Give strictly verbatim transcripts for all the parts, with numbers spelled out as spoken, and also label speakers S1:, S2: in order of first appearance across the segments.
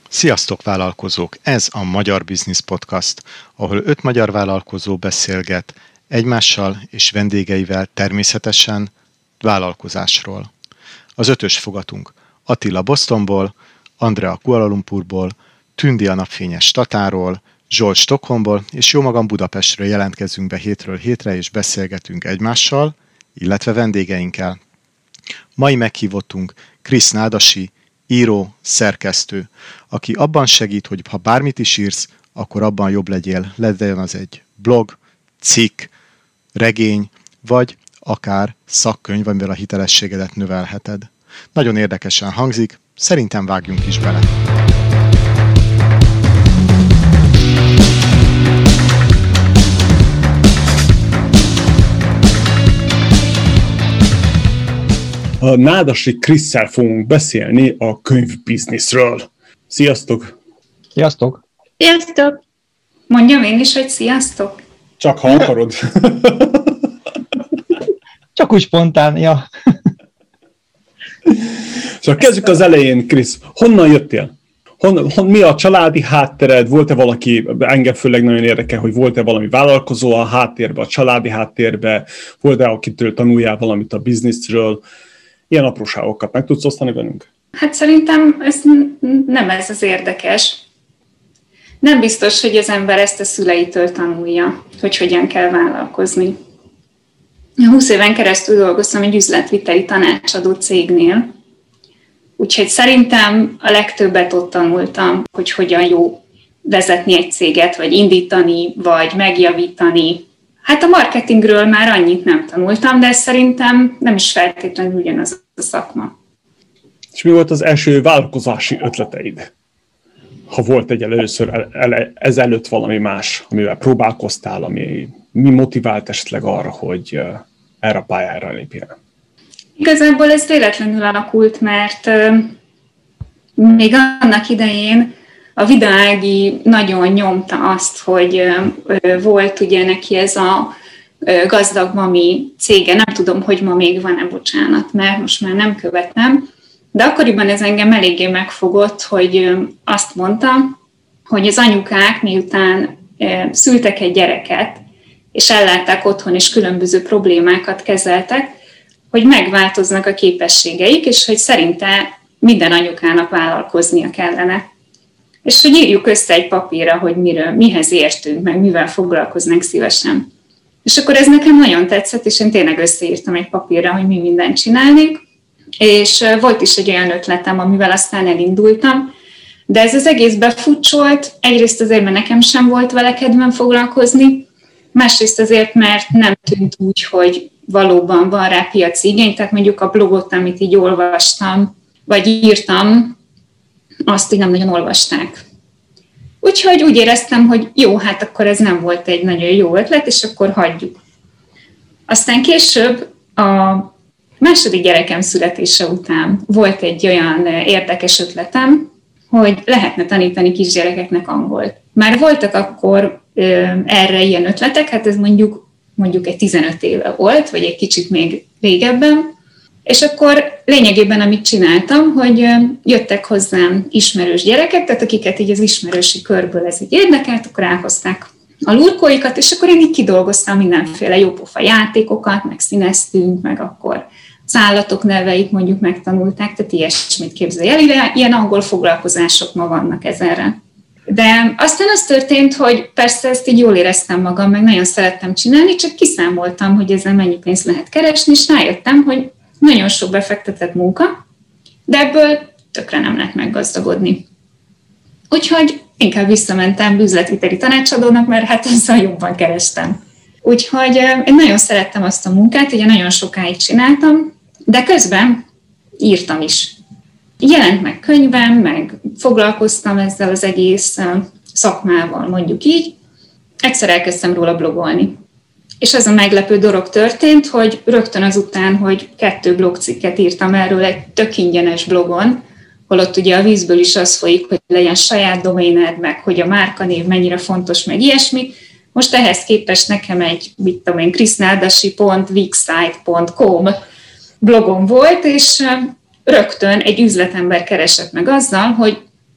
S1: Sziasztok vállalkozók! Ez a Magyar Business Podcast, ahol öt magyar vállalkozó beszélget egymással és vendégeivel természetesen vállalkozásról. Az ötös fogatunk Attila Bostonból, Andrea Kuala Lumpurból, Tündi a napfényes Tatáról, Zsolt Stockholmból, és jó magam Budapestről jelentkezünk be hétről hétre, és beszélgetünk egymással, illetve vendégeinkkel. Mai meghívottunk Krisz Nádasi, író, szerkesztő, aki abban segít, hogy ha bármit is írsz, akkor abban jobb legyél, legyen az egy blog, cikk, regény, vagy akár szakkönyv, amivel a hitelességedet növelheted. Nagyon érdekesen hangzik, szerintem vágjunk is bele.
S2: A Nádasi Krisszel fogunk beszélni a könyvbizniszről. Sziasztok!
S3: Sziasztok!
S4: Sziasztok! Mondjam én is, hogy sziasztok!
S2: Csak ha akarod.
S3: Csak úgy spontán, ja.
S2: Csak kezdjük az elején, Krisz. Honnan jöttél? Hon, hon, mi a családi háttered? Volt-e valaki, engem főleg nagyon érdekel, hogy volt-e valami vállalkozó a háttérben, a családi háttérben? Volt-e, akitől tanuljál valamit a bizniszről? Ilyen apróságokat meg tudsz osztani velünk?
S4: Hát szerintem ez nem ez az érdekes. Nem biztos, hogy az ember ezt a szüleitől tanulja, hogy hogyan kell vállalkozni. húsz éven keresztül dolgoztam egy üzletviteli tanácsadó cégnél, úgyhogy szerintem a legtöbbet ott tanultam, hogy hogyan jó vezetni egy céget, vagy indítani, vagy megjavítani. Hát a marketingről már annyit nem tanultam, de szerintem nem is feltétlenül ugyanaz a szakma.
S2: És mi volt az első vállalkozási ötleteid? Ha volt egy először ele, ezelőtt valami más, amivel próbálkoztál, ami mi motivált esetleg arra, hogy erre a pályára lépjél?
S4: Igazából ez véletlenül alakult, mert euh, még annak idején a Vida Ági nagyon nyomta azt, hogy euh, volt ugye neki ez a euh, Gazdag Mami cége, nem tudom, hogy ma még van-e, bocsánat, mert most már nem követem, de akkoriban ez engem eléggé megfogott, hogy euh, azt mondta, hogy az anyukák miután euh, szültek egy gyereket, és ellátták otthon, és különböző problémákat kezeltek, hogy megváltoznak a képességeik, és hogy szerinte minden anyukának vállalkoznia kellene. És hogy írjuk össze egy papírra, hogy miről, mihez értünk, meg mivel foglalkoznánk szívesen. És akkor ez nekem nagyon tetszett, és én tényleg összeírtam egy papírra, hogy mi mindent csinálnék, és volt is egy olyan ötletem, amivel aztán elindultam, de ez az egész befutcsolt, egyrészt azért, mert nekem sem volt vele kedvem foglalkozni, másrészt azért, mert nem tűnt úgy, hogy valóban van rá piaci igény, tehát mondjuk a blogot, amit így olvastam, vagy írtam, azt így nem nagyon olvasták. Úgyhogy úgy éreztem, hogy jó, hát akkor ez nem volt egy nagyon jó ötlet, és akkor hagyjuk. Aztán később a második gyerekem születése után volt egy olyan érdekes ötletem, hogy lehetne tanítani kisgyerekeknek angolt. Már voltak akkor ö, erre ilyen ötletek, hát ez mondjuk mondjuk egy tizenöt éve volt, vagy egy kicsit még régebben, és akkor lényegében amit csináltam, hogy jöttek hozzám ismerős gyerekek, tehát akiket így az ismerősi körből ez így érdekelt, akkor elhozták a lurkóikat, és akkor én így kidolgoztam mindenféle jópofa játékokat, meg színeztünk, meg akkor az állatok neveit mondjuk megtanulták, tehát ilyesmit képzelj el, ilyen angol foglalkozások ma vannak ezerre. De aztán az történt, hogy persze ezt így jól éreztem magam, meg nagyon szerettem csinálni, csak kiszámoltam, hogy ezzel mennyi pénzt lehet keresni, és rájöttem, hogy nagyon sok befektetett munka, de ebből tökre nem lehet meggazdagodni. Úgyhogy inkább visszamentem üzletviteli tanácsadónak, mert hát ezzel jobban kerestem. Úgyhogy én nagyon szerettem azt a munkát, ugye nagyon sokáig csináltam, de közben írtam is. Jelent meg könyvem, meg foglalkoztam ezzel az egész szakmával, mondjuk így. Egyszer elkezdtem róla blogolni. És az a meglepő dolog történt, hogy rögtön azután, hogy kettő blogcikket írtam erről egy tök ingyenes blogon, holott ugye a vízből is az folyik, hogy legyen saját doméned, meg hogy a márkanév mennyire fontos, meg ilyesmi. Most ehhez képest nekem egy, mit tudom én, krisznádasi pont wixsite pont com blogom volt, és rögtön egy üzletember keresett meg azzal, hogy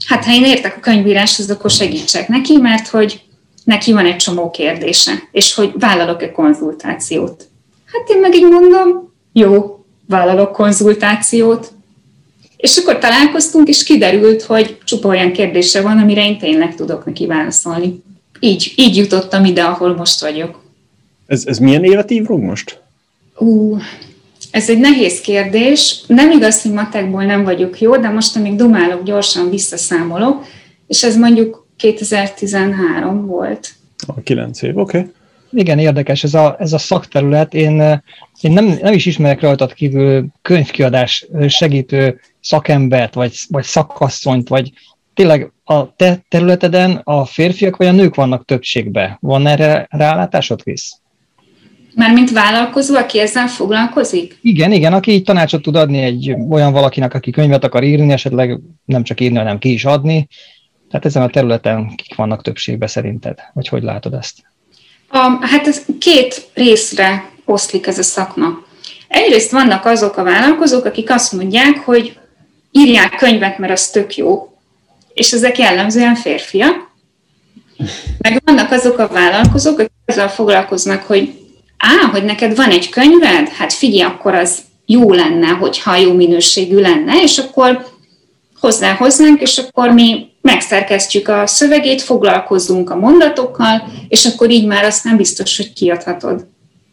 S4: Hát ha én értek a könyvíráshoz, akkor segítsek neki, mert hogy neki van egy csomó kérdése, és hogy vállalok-e konzultációt. Hát én meg így mondom, jó, vállalok konzultációt. És akkor találkoztunk, és kiderült, hogy csupa olyan kérdése van, amire én tényleg tudok neki válaszolni. Így, így jutottam ide, ahol most vagyok.
S2: Ez, ez milyen évet ívróg most?
S4: Ú, ez egy nehéz kérdés. Nem igaz, hogy matekból nem vagyok jó, de most, amíg dumálok, gyorsan visszaszámolok, és ez mondjuk kétezer-tizenhárom volt.
S2: A kilenc év, oké. Okay.
S3: Igen, érdekes ez a, ez a szakterület. Én, én nem, nem is ismerek rajtad kívül könyvkiadás segítő szakembert, vagy, vagy szakasszonyt, vagy tényleg a te területeden a férfiak vagy a nők vannak többségben. Van erre rálátásod, Krisz?
S4: Mármint vállalkozó, aki ezzel foglalkozik?
S3: Igen, igen, aki így tanácsot tud adni egy olyan valakinek, aki könyvet akar írni, esetleg nem csak írni, hanem ki is adni. Tehát ezen a területen kik vannak többségben szerinted? Vagy hogy látod ezt?
S4: A, hát ez két részre oszlik ez a szakma. Egyrészt vannak azok a vállalkozók, akik azt mondják, hogy írják könyvet, mert az tök jó, és ezek jellemzően férfiak. Meg vannak azok a vállalkozók, akik azzal foglalkoznak, hogy á, hogy neked van egy könyved, hát figyelj, akkor az jó lenne, hogyha jó minőségű lenne, és akkor hozzá hozzánk, és akkor mi megszerkesztjük a szövegét, foglalkozzunk a mondatokkal, és akkor így már aztán biztos, hogy kiadhatod.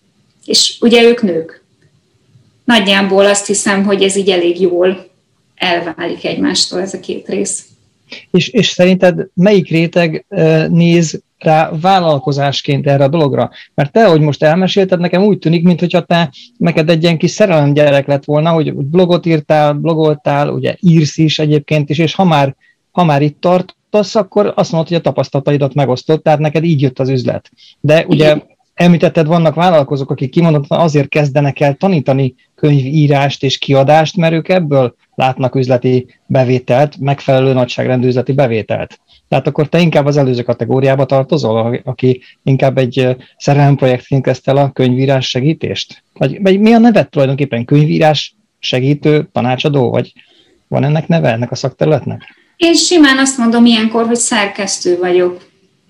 S4: És ugye ők nők. Nagyjából azt hiszem, hogy ez így elég jól elválik egymástól ez a két rész.
S3: És, és szerinted melyik réteg néz rá vállalkozásként erre a dologra? Mert te, hogy most elmesélted, nekem úgy tűnik, mintha te neked egy ilyen kis szerelemgyerek lett volna, hogy blogot írtál, blogoltál, ugye írsz is egyébként is, és ha már, ha már itt tartasz, akkor azt mondod, hogy a tapasztalataidat megosztott, tehát neked így jött az üzlet. De ugye említetted, vannak vállalkozók, akik kimondottan azért kezdenek el tanítani könyvírást és kiadást, mert ők ebből látnak üzleti bevételt, megfelelő nagyságrendű üzleti bevételt. Tehát akkor te inkább az előző kategóriába tartozol, aki inkább egy szerelemprojektként kezdte el a könyvírás segítést? Vagy, vagy mi a neved tulajdonképpen? Könyvírás segítő, tanácsadó? Vagy van ennek neve, ennek a szakterületnek?
S4: Én simán azt mondom ilyenkor, hogy szerkesztő vagyok.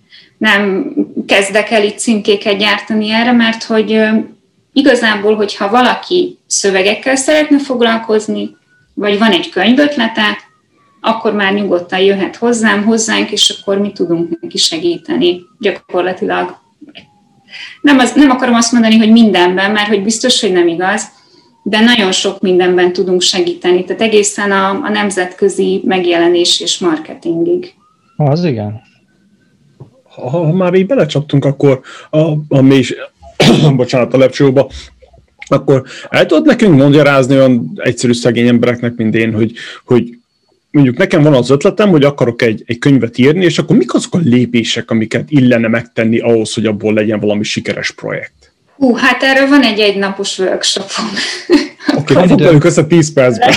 S4: Nem kezdek el itt címkéket gyártani erre, mert hogy igazából, hogyha valaki szövegekkel szeretne foglalkozni, vagy van egy könyvötlete, akkor már nyugodtan jöhet hozzám, hozzánk, és akkor mi tudunk neki segíteni gyakorlatilag. Nem, az, nem akarom azt mondani, hogy mindenben, mert hogy biztos, hogy nem igaz, de nagyon sok mindenben tudunk segíteni, tehát egészen a, a nemzetközi megjelenés és marketingig.
S3: Az igen.
S2: Ha, ha már így belecsaptunk, akkor a, a mély, bocsánat, a lepcsóba, akkor el tudod nekünk magyarázni olyan egyszerű szegény embereknek, mint én, hogy, hogy mondjuk nekem van az ötletem, hogy akarok egy, egy könyvet írni, és akkor mik azok a lépések, amiket illene megtenni ahhoz, hogy abból legyen valami sikeres projekt?
S4: Hú, hát erről van egy egynapos workshopom.
S2: Oké, okay, foglaljuk össze tíz percben.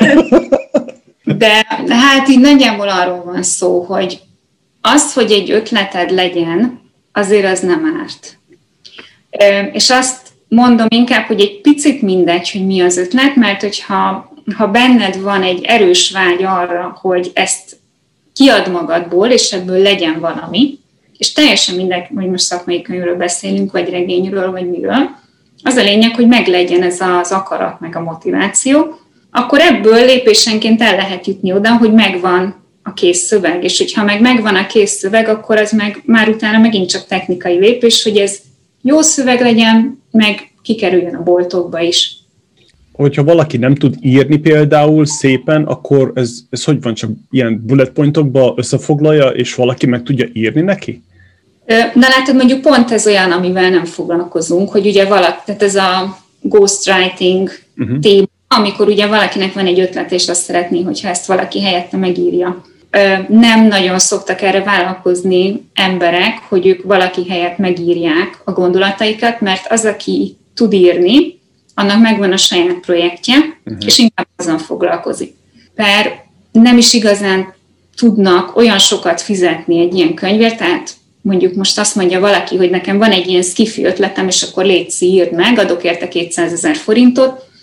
S4: De hát így nagyjából arról van szó, hogy az, hogy egy ötleted legyen, azért az nem árt. És azt mondom inkább, hogy egy picit mindegy, hogy mi az ötlet, mert hogyha ha benned van egy erős vágy arra, hogy ezt kiad magadból, és ebből legyen valami, és teljesen mindegy, hogy most szakmai könyvről beszélünk, vagy regényről, vagy miről, az a lényeg, hogy meglegyen ez az akarat, meg a motiváció, akkor ebből lépésenként el lehet jutni oda, hogy megvan a kész szöveg, és hogyha meg megvan a kész szöveg, akkor az meg már utána megint csak technikai lépés, hogy ez jó szöveg legyen, meg kikerüljön a boltokba is.
S2: Hogyha valaki nem tud írni például szépen, akkor ez, ez hogy van, csak ilyen bullet pointokba összefoglalja, és valaki meg tudja írni neki?
S4: Na látod, mondjuk pont ez olyan, amivel nem foglalkozunk, hogy ugye valaki, tehát ez a ghostwriting uh-huh. téma, amikor ugye valakinek van egy ötlet, és azt szeretné, hogyha ezt valaki helyette megírja. Nem nagyon szoktak erre vállalkozni emberek, hogy ők valaki helyett megírják a gondolataikat, mert az, aki tud írni, annak megvan a saját projektje, uh-huh. és inkább azon foglalkozik. Mert nem is igazán tudnak olyan sokat fizetni egy ilyen könyvért, tehát mondjuk most azt mondja valaki, hogy nekem van egy ilyen skifi ötletem, és akkor létszi, írd meg, adok érte kétszázezer forintot.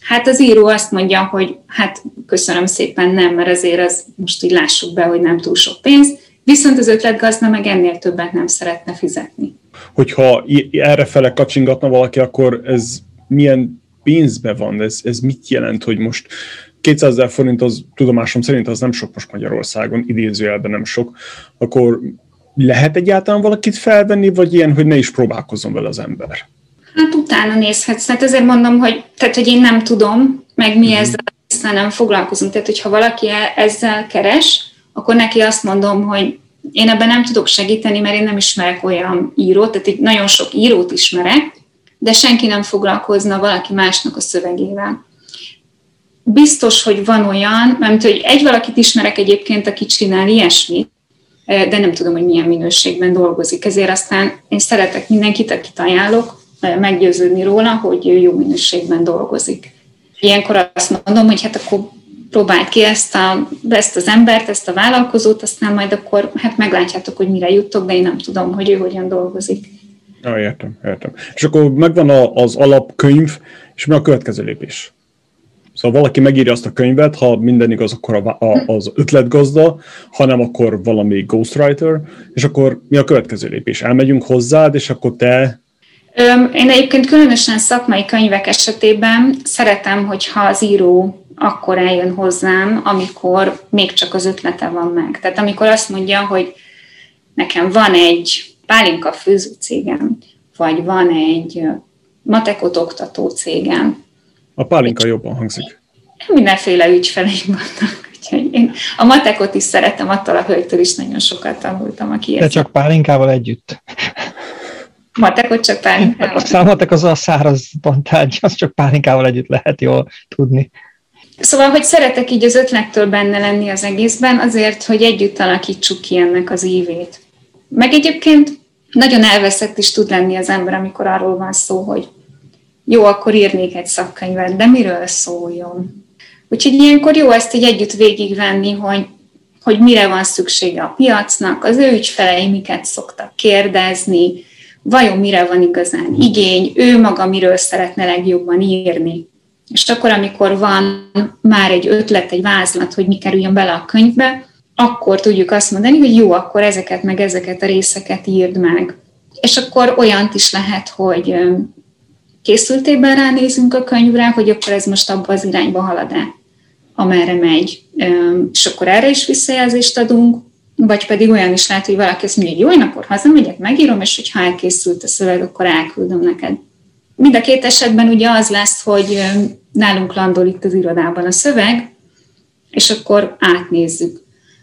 S4: hát az író azt mondja, hogy hát köszönöm szépen nem, mert azért az most így lássuk be, hogy nem túl sok pénz, viszont az ötletgazda meg ennél többet nem szeretne fizetni.
S2: Hogyha errefele kacsingatna valaki, akkor ez milyen pénzbe van? Ez, ez mit jelent, hogy most kétszázezer forint, az tudomásom szerint az nem sok most Magyarországon, idézőjelben nem sok, akkor lehet egyáltalán valakit felvenni, vagy ilyen, hogy ne is próbálkozzon vele az ember?
S4: Hát utána nézhetsz. Hát ezért mondom, hogy, tehát, hogy én nem tudom, meg mi mm. ezzel aztán nem foglalkozunk. Tehát, hogyha valaki ezzel keres, akkor neki azt mondom, hogy én ebben nem tudok segíteni, mert én nem ismerek olyan írót, tehát így nagyon sok írót ismerek, de senki nem foglalkozna valaki másnak a szövegével. Biztos, hogy van olyan, mert hogy egy valakit ismerek egyébként, aki csinál ilyesmit, de nem tudom, hogy milyen minőségben dolgozik. Ezért aztán én szeretek mindenkit, akit ajánlok, meggyőződni róla, hogy jó minőségben dolgozik. Ilyenkor azt mondom, hogy hát akkor próbáld ki ezt, a, ezt az embert, ezt a vállalkozót, aztán majd akkor hát meglátjátok, hogy mire juttok, de én nem tudom, hogy ő hogyan dolgozik.
S2: Ja, értem, értem. És akkor megvan az alapkönyv, és mi a következő lépés? Szóval valaki megírja azt a könyvet, ha minden igaz, akkor a, a, az ötletgazda, ha nem, akkor valami ghostwriter, és akkor mi a következő lépés? Elmegyünk hozzád, és akkor te...
S4: Én egyébként különösen szakmai könyvek esetében szeretem, hogyha az író akkor eljön hozzám, amikor még csak az ötlete van meg. Tehát amikor azt mondja, hogy nekem van egy pálinka főző cégem, vagy van egy matekot oktató cégem.
S2: A pálinka jobban hangzik.
S4: Mindenféle ügyfeleim vannak. Úgyhogy én a matekot is szeretem, attól a hölgytől is nagyon sokat tanultam, aki
S3: De csak pálinkával együtt.
S4: Matekot csak pálinkával.
S3: A matek az a száraz pantárgy, az csak pálinkával együtt lehet jól tudni.
S4: Szóval, hogy szeretek így az ötlettől benne lenni az egészben, azért, hogy együtt alakítsuk ki ennek az ívét. Meg egyébként nagyon elveszett is tud lenni az ember, amikor arról van szó, hogy jó, akkor írnék egy szakkönyvet, de miről szóljon? Úgyhogy ilyenkor jó ezt így együtt végigvenni, hogy, hogy mire van szüksége a piacnak, az ő ügyfelei miket szoktak kérdezni, vajon mire van igazán igény, ő maga miről szeretne legjobban írni. És akkor, amikor van már egy ötlet, egy vázlat, hogy mi kerüljön bele a könyvbe, akkor tudjuk azt mondani, hogy jó, akkor ezeket meg ezeket a részeket írd meg. És akkor olyant is lehet, hogy készültében ránézünk a könyvre, hogy akkor ez most abba az irányba halad-e, amerre megy. És akkor erre is visszajelzést adunk, vagy pedig olyan is lehet, hogy valaki azt mondja, hogy jó, én akkor hazamegyek, megírom, és hogyha elkészült a szöveg, akkor elküldöm neked. Mind a két esetben ugye az lesz, hogy nálunk landol itt az irodában a szöveg, és akkor átnézzük.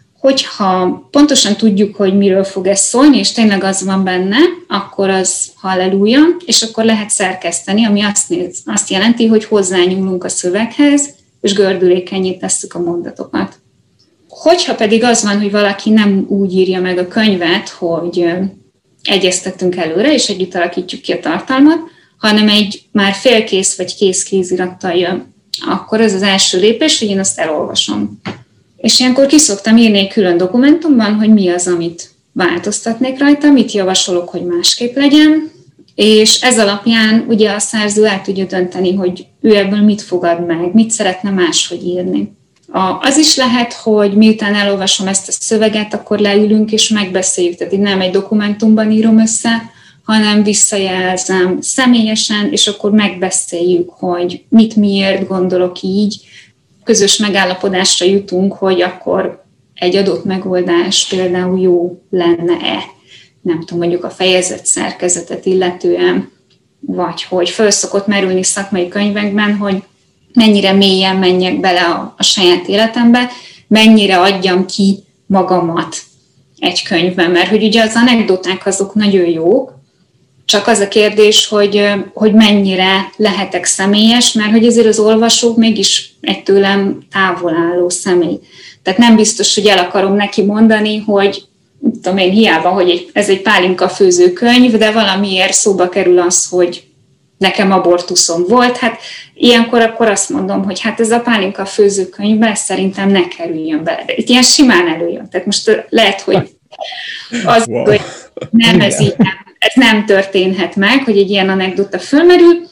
S4: Hogyha pontosan tudjuk, hogy miről fog ez szólni, és tényleg az van benne, akkor az halleluja, és akkor lehet szerkeszteni, ami azt, néz, azt jelenti, hogy hozzányúlunk a szöveghez, és gördülékenyé tesszük a mondatokat. Hogyha pedig az van, hogy valaki nem úgy írja meg a könyvet, hogy egyeztettünk előre, és együtt alakítjuk ki a tartalmat, hanem egy már félkész vagy kész kézirattal jön, akkor ez az első lépés, hogy én azt elolvasom. És ilyenkor ki szoktam írni egy külön dokumentumban, hogy mi az, amit változtatnék rajta, mit javasolok, hogy másképp legyen, és ez alapján ugye a szerző el tudja dönteni, hogy ő ebből mit fogad meg, mit szeretne máshogy írni. A, az is lehet, hogy miután elolvasom ezt a szöveget, akkor leülünk és megbeszéljük, tehát így nem egy dokumentumban írom össze, hanem visszajelzem személyesen, és akkor megbeszéljük, hogy mit miért gondolok így, közös megállapodásra jutunk, hogy akkor egy adott megoldás például jó lenne-e, nem tudom, mondjuk a fejezet szerkezetet illetően, vagy hogy föl szokott merülni szakmai könyvekben, hogy mennyire mélyen menjek bele a, a saját életembe, mennyire adjam ki magamat egy könyvben, mert hogy ugye az anekdoták azok nagyon jók, csak az a kérdés, hogy, hogy mennyire lehetek személyes, mert hogy ezért az olvasók mégis egy tőlem távol álló személy. Tehát nem biztos, hogy el akarom neki mondani, hogy tudom én, hiába, hogy egy, ez egy pálinka főző könyv, de valamiért szóba kerül az, hogy nekem abortuszom volt. Hát ilyenkor akkor azt mondom, hogy hát ez a pálinka főző könyvben szerintem ne kerüljön bele. De itt ilyen simán előjön. Tehát most lehet, hogy az, wow. hogy nem ez így nem. Ez nem történhet meg, hogy egy ilyen anekdota fölmerül,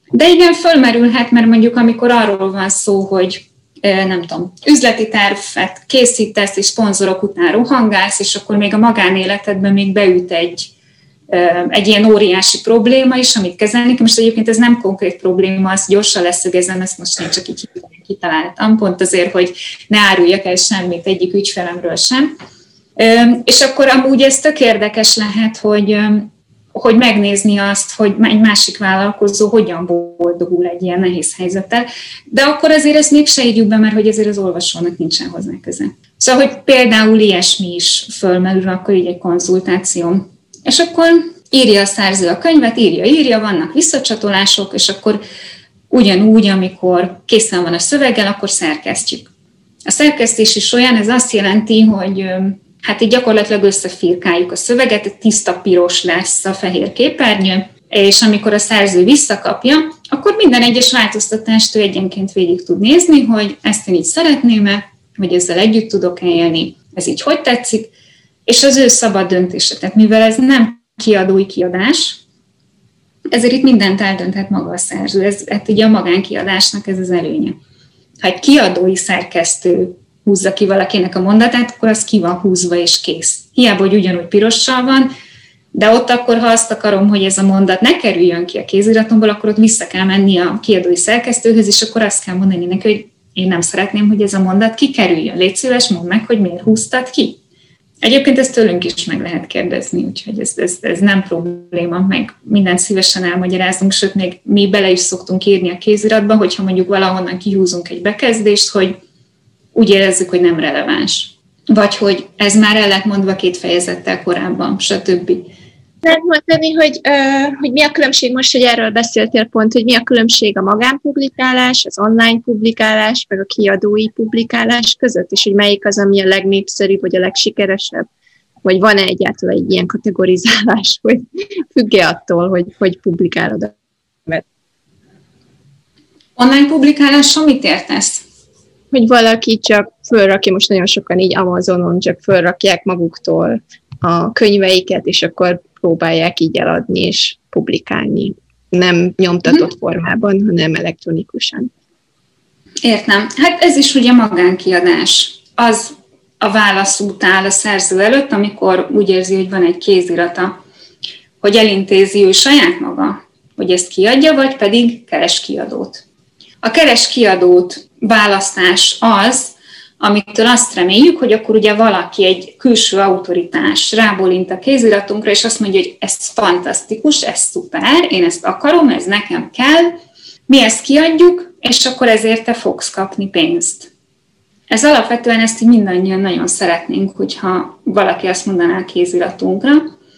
S4: De igen, fölmerülhet, mert mondjuk amikor arról van szó, hogy nem tudom, üzleti tervet készítesz, és szponzorok után rohangálsz, és akkor még a magánéletedben még beüt egy, egy ilyen óriási probléma is, amit kezelni. Most egyébként ez nem konkrét probléma, azt gyorsan leszögezem, ezt most én csak így kitaláltam, pont azért, hogy ne áruljak el semmit egyik ügyfelemről sem. És akkor amúgy ez tök érdekes lehet, hogy, hogy megnézni azt, hogy egy másik vállalkozó hogyan boldogul egy ilyen nehéz helyzettel, de akkor azért ezt mégse írjuk be, mert hogy azért az olvasónak nincsen hozzá köze. Szóval, hogy például ilyesmi is fölmerül, akkor így egy konzultáció. És akkor írja a szerző a könyvet, írja, írja, vannak visszacsatolások, és akkor ugyanúgy, amikor készen van a szöveggel, akkor szerkesztjük. A szerkesztés is olyan, ez azt jelenti, hogy hát így gyakorlatilag összefirkáljuk a szöveget, tiszta piros lesz a fehér képernyő, és amikor a szerző visszakapja, akkor minden egyes változtatást ő egyenként végig tud nézni, hogy ezt én így szeretném-e, vagy ezzel együtt tudok élni, ez így hogy tetszik, és az ő szabad döntése. Tehát mivel ez nem kiadói kiadás, ezért itt mindent eldönthet maga a szerző. Ez, hát ugye a magánkiadásnak ez az előnye. Ha egy kiadói szerkesztő húzza ki valakinek a mondatát, akkor az ki van húzva és kész. Hiába, hogy ugyanúgy pirossal van, de ott akkor, ha azt akarom, hogy ez a mondat ne kerüljön ki a kéziratomból, akkor ott vissza kell menni a kiadói szerkesztőhöz, és akkor azt kell mondani neki, hogy én nem szeretném, hogy ez a mondat kikerüljön. Légy szíves, mondd meg, hogy miért húztad ki. Egyébként ezt tőlünk is meg lehet kérdezni, úgyhogy ez, ez, ez nem probléma, meg mindent szívesen elmagyarázunk, sőt, még mi bele is szoktunk írni a kéziratba, hogyha mondjuk valahonnan kihúzunk egy bekezdést, hogy úgy érezzük, hogy nem releváns. Vagy hogy ez már el lett mondva két fejezettel korábban, stb.
S5: Lehet mondani, hogy, uh, hogy mi a különbség, most, hogy erről beszéltél pont, hogy mi a különbség a magánpublikálás, az online publikálás, meg a kiadói publikálás között, és hogy melyik az, ami a legnépszerűbb, vagy a legsikeresebb? Vagy van-e egyáltalán egy ilyen kategorizálás, hogy függ-e attól, hogy, hogy publikálod a könyvet?
S4: Online publikáláson mit értesz?
S5: Hogy valaki csak fölrakja, most nagyon sokan így Amazonon csak fölrakják maguktól a könyveiket, és akkor próbálják így eladni és publikálni. Nem nyomtatott formában, hanem elektronikusan.
S4: Értem. Hát ez is ugye magánkiadás. Az a válaszút áll a szerző előtt, amikor úgy érzi, hogy van egy kézirata, hogy elintézi ő saját maga, hogy ezt kiadja, vagy pedig keres kiadót. A keres kiadót választás az, amitől azt reméljük, hogy akkor ugye valaki, egy külső autoritás rábólint a kéziratunkra, és azt mondja, hogy ez fantasztikus, ez szuper, én ezt akarom, ez nekem kell, mi ezt kiadjuk, és akkor ezért te fogsz kapni pénzt. Ez alapvetően ezt így mindannyian nagyon szeretnénk, hogyha valaki azt mondaná a kéziratunkra.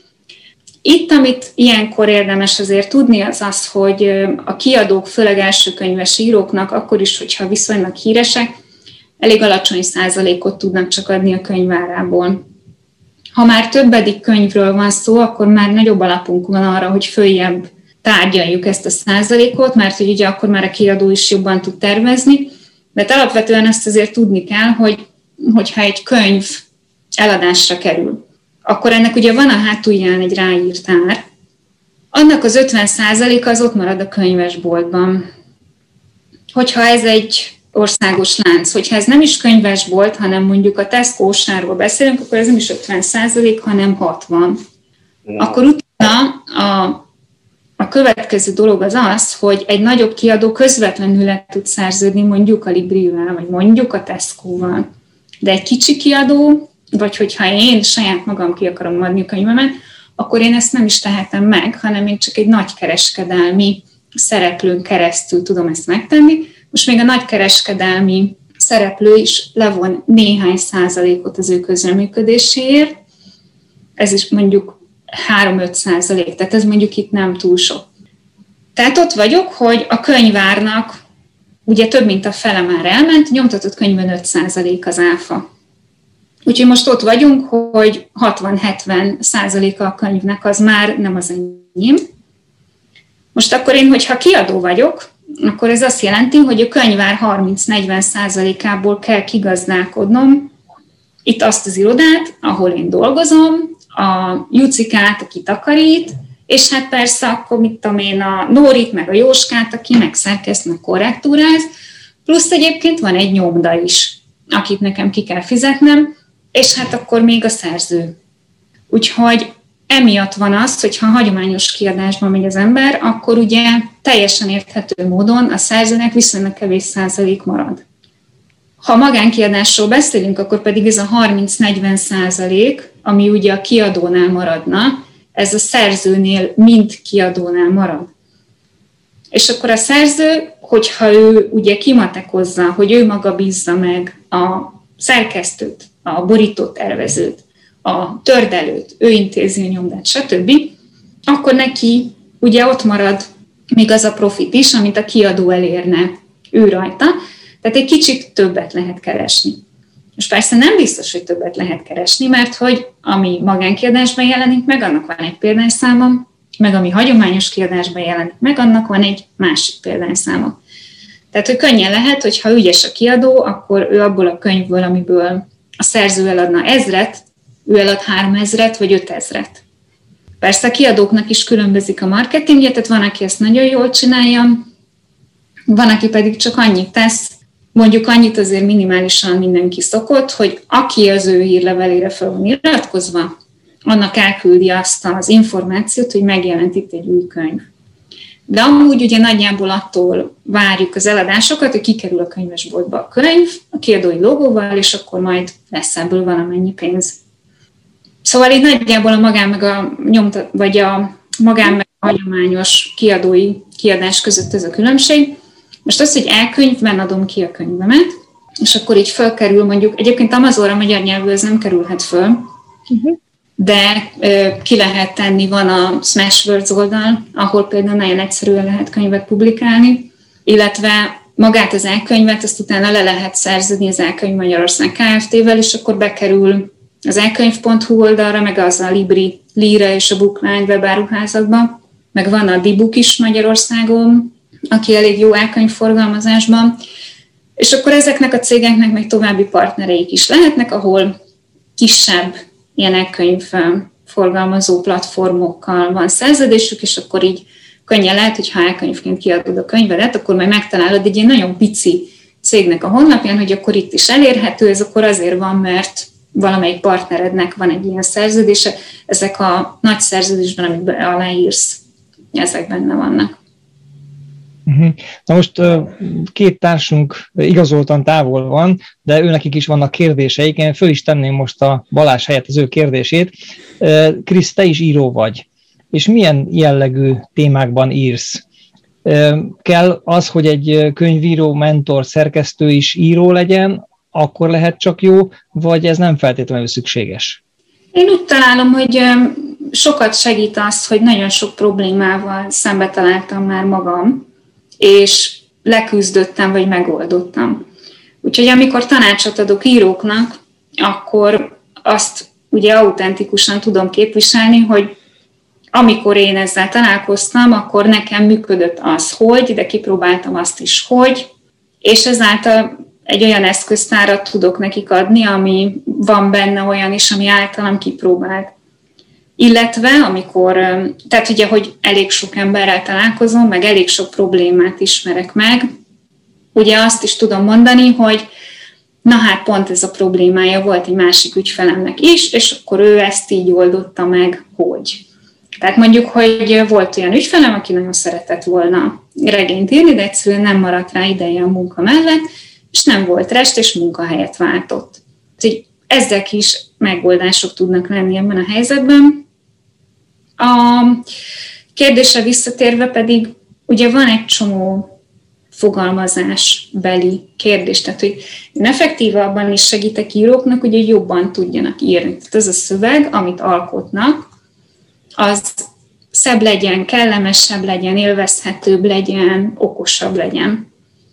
S4: Itt, amit ilyenkor érdemes azért tudni, az az, hogy a kiadók, főleg elsőkönyves íróknak, akkor is, hogyha viszonylag híresek, elég alacsony százalékot tudnak csak adni a könyvárából. Ha már többedik könyvről van szó, akkor már nagyobb alapunk van arra, hogy följebb tárgyaljuk ezt a százalékot, mert hogy ugye akkor már a kiadó is jobban tud tervezni, de alapvetően ezt azért tudni kell, hogy hogyha egy könyv eladásra kerül, akkor ennek ugye van a hátulján egy ráírt ár, annak az ötven százaléka az ott marad a könyvesboltban. Hogyha ez egy országos lánc, hogyha ez nem is könyvesbolt, hanem mondjuk a Tesco-sáról beszélünk, akkor ez nem is ötven százalék, hanem hatvan. Akkor utána a, a következő dolog az az, hogy egy nagyobb kiadó közvetlenül le tud szerződni mondjuk a Librivel, vagy mondjuk a Tesco-val. De egy kicsi kiadó, vagy hogyha én saját magam ki akarom adni a könyvemet, akkor én ezt nem is tehetem meg, hanem én csak egy nagykereskedelmi szereplőn keresztül tudom ezt megtenni. Most még a nagykereskedelmi szereplő is levon néhány százalékot az ő közreműködéséért, ez is mondjuk három-öt százalék, tehát ez mondjuk itt nem túl sok. Tehát ott vagyok, hogy a könyvárnak ugye több mint a fele már elment, nyomtatott könyvben öt százalék az áfa. Úgyhogy most ott vagyunk, hogy hatvan-hetven százaléka a könyvnek az már nem az enyém. Most akkor én, hogyha kiadó vagyok, akkor ez azt jelenti, hogy a könyvár harminc-negyven százalékából kell kigazdálkodnom itt azt az irodát, ahol én dolgozom, a Jucikát, aki takarít, és hát persze akkor mit tudom én, a Nórit, meg a Jóskát, aki megszerkeszt, meg korrektúráz, plusz egyébként van egy nyomda is, akit nekem ki kell fizetnem, és hát akkor még a szerző. Úgyhogy emiatt van az, hogy ha hagyományos kiadásban megy az ember, akkor ugye teljesen érthető módon a szerzőnek viszonylag kevés százalék marad. Ha magánkiadásról beszélünk, akkor pedig ez a harminc-negyven százalék, ami ugye a kiadónál maradna, ez a szerzőnél mind kiadónál marad. És akkor a szerző, hogyha ő ugye kimatekozza, hogy ő maga bízza meg a szerkesztőt, a borítótervezőt, a tördelőt, ő intézi a nyomdát, stb., akkor neki ugye ott marad még az a profit is, amit a kiadó elérne ő rajta, tehát egy kicsit többet lehet keresni. És persze nem biztos, hogy többet lehet keresni, mert hogy ami magánkiadásban jelenik meg, annak van egy példányszáma, meg ami hagyományos kiadásban jelenik meg, annak van egy másik példányszáma. Tehát, hogy könnyen lehet, hogy ha ügyes a kiadó, akkor ő abból a könyvből, amiből a szerző eladna ezret, ő elad háromezret vagy ötezret. Persze a kiadóknak is különbözik a marketingje, tehát van, aki ezt nagyon jól csinálja, van, aki pedig csak annyit tesz, mondjuk annyit azért minimálisan mindenki szokott, hogy aki az ő hírlevelére fel van iratkozva, annak elküldi azt az információt, hogy megjelent itt egy új könyv. De amúgy ugye nagyjából attól várjuk az eladásokat, hogy kikerül a könyvesboltba a könyv, a kiadói logóval, és akkor majd lesz ebből valamennyi pénz. Szóval itt nagyjából a magán meg a nyomta, vagy a magán meg a hagyományos kiadói kiadás között ez a különbség. Most az, hogy elkönyvben adom ki a könyvemet, és akkor így fölkerül mondjuk, egyébként Amazonra magyar nyelvű ez nem kerülhet föl, uh-huh. de ö, ki lehet tenni, van a Smashwords oldal, ahol például nagyon egyszerűen lehet könyvet publikálni, illetve magát az elkönyvet, azt utána le lehet szerződni az Elkönyv Magyarország Kft-vel, és akkor bekerül az elkönyv pont hu oldalra, meg az a Libri, Lira és a Bookline webáruházakban, meg van a D-Book is Magyarországon, aki elég jó elkönyvforgalmazásban, és akkor ezeknek a cégeknek meg további partnereik is lehetnek, ahol kisebb ilyen elkönyvforgalmazó platformokkal van szerződésük, és akkor így könnyen lehet, hogy ha elkönyvként kiadod a könyvedet, akkor majd megtalálod egy ilyen nagyon pici cégnek a honlapján, hogy akkor itt is elérhető, ez akkor azért van, mert valamelyik partnerednek van egy ilyen szerződése, ezek a nagy szerződésben, amit aláírsz, ezek benne vannak.
S3: Na most két társunk igazoltan távol van, de őnekik is vannak kérdéseik. Én föl is tenném most a Balázs helyett az ő kérdését. Krisz, te is író vagy, és milyen jellegű témákban írsz? Kell az, hogy egy könyvíró, mentor, szerkesztő is író legyen, akkor lehet csak jó, vagy ez nem feltétlenül szükséges?
S4: Én úgy találom, hogy sokat segít az, hogy nagyon sok problémával szembe találtam már magam, és leküzdöttem, vagy megoldottam. Úgyhogy amikor tanácsot adok íróknak, akkor azt ugye autentikusan tudom képviselni, hogy amikor én ezzel találkoztam, akkor nekem működött az, hogy, de kipróbáltam azt is, hogy, és ezáltal egy olyan eszköztárat tudok nekik adni, ami van benne olyan is, ami általam kipróbált. Illetve amikor, tehát ugye, hogy elég sok emberrel találkozom, meg elég sok problémát ismerek meg, ugye azt is tudom mondani, hogy na hát pont ez a problémája volt egy másik ügyfelemnek is, és akkor ő ezt így oldotta meg, hogy. Tehát mondjuk, hogy volt olyan ügyfelem, aki nagyon szeretett volna regényt írni, de egyszerűen nem maradt rá ideje a munka mellett, és nem volt rest, és munkahelyet váltott. Úgyhogy ezek is megoldások tudnak lenni ebben a helyzetben. A kérdésre visszatérve pedig, ugye van egy csomó fogalmazásbeli kérdés, tehát hogy én effektíve abban is segítek íróknak, hogy jobban tudjanak írni. Tehát ez a szöveg, amit alkotnak, az szebb legyen, kellemesebb legyen, élvezhetőbb legyen, okosabb legyen.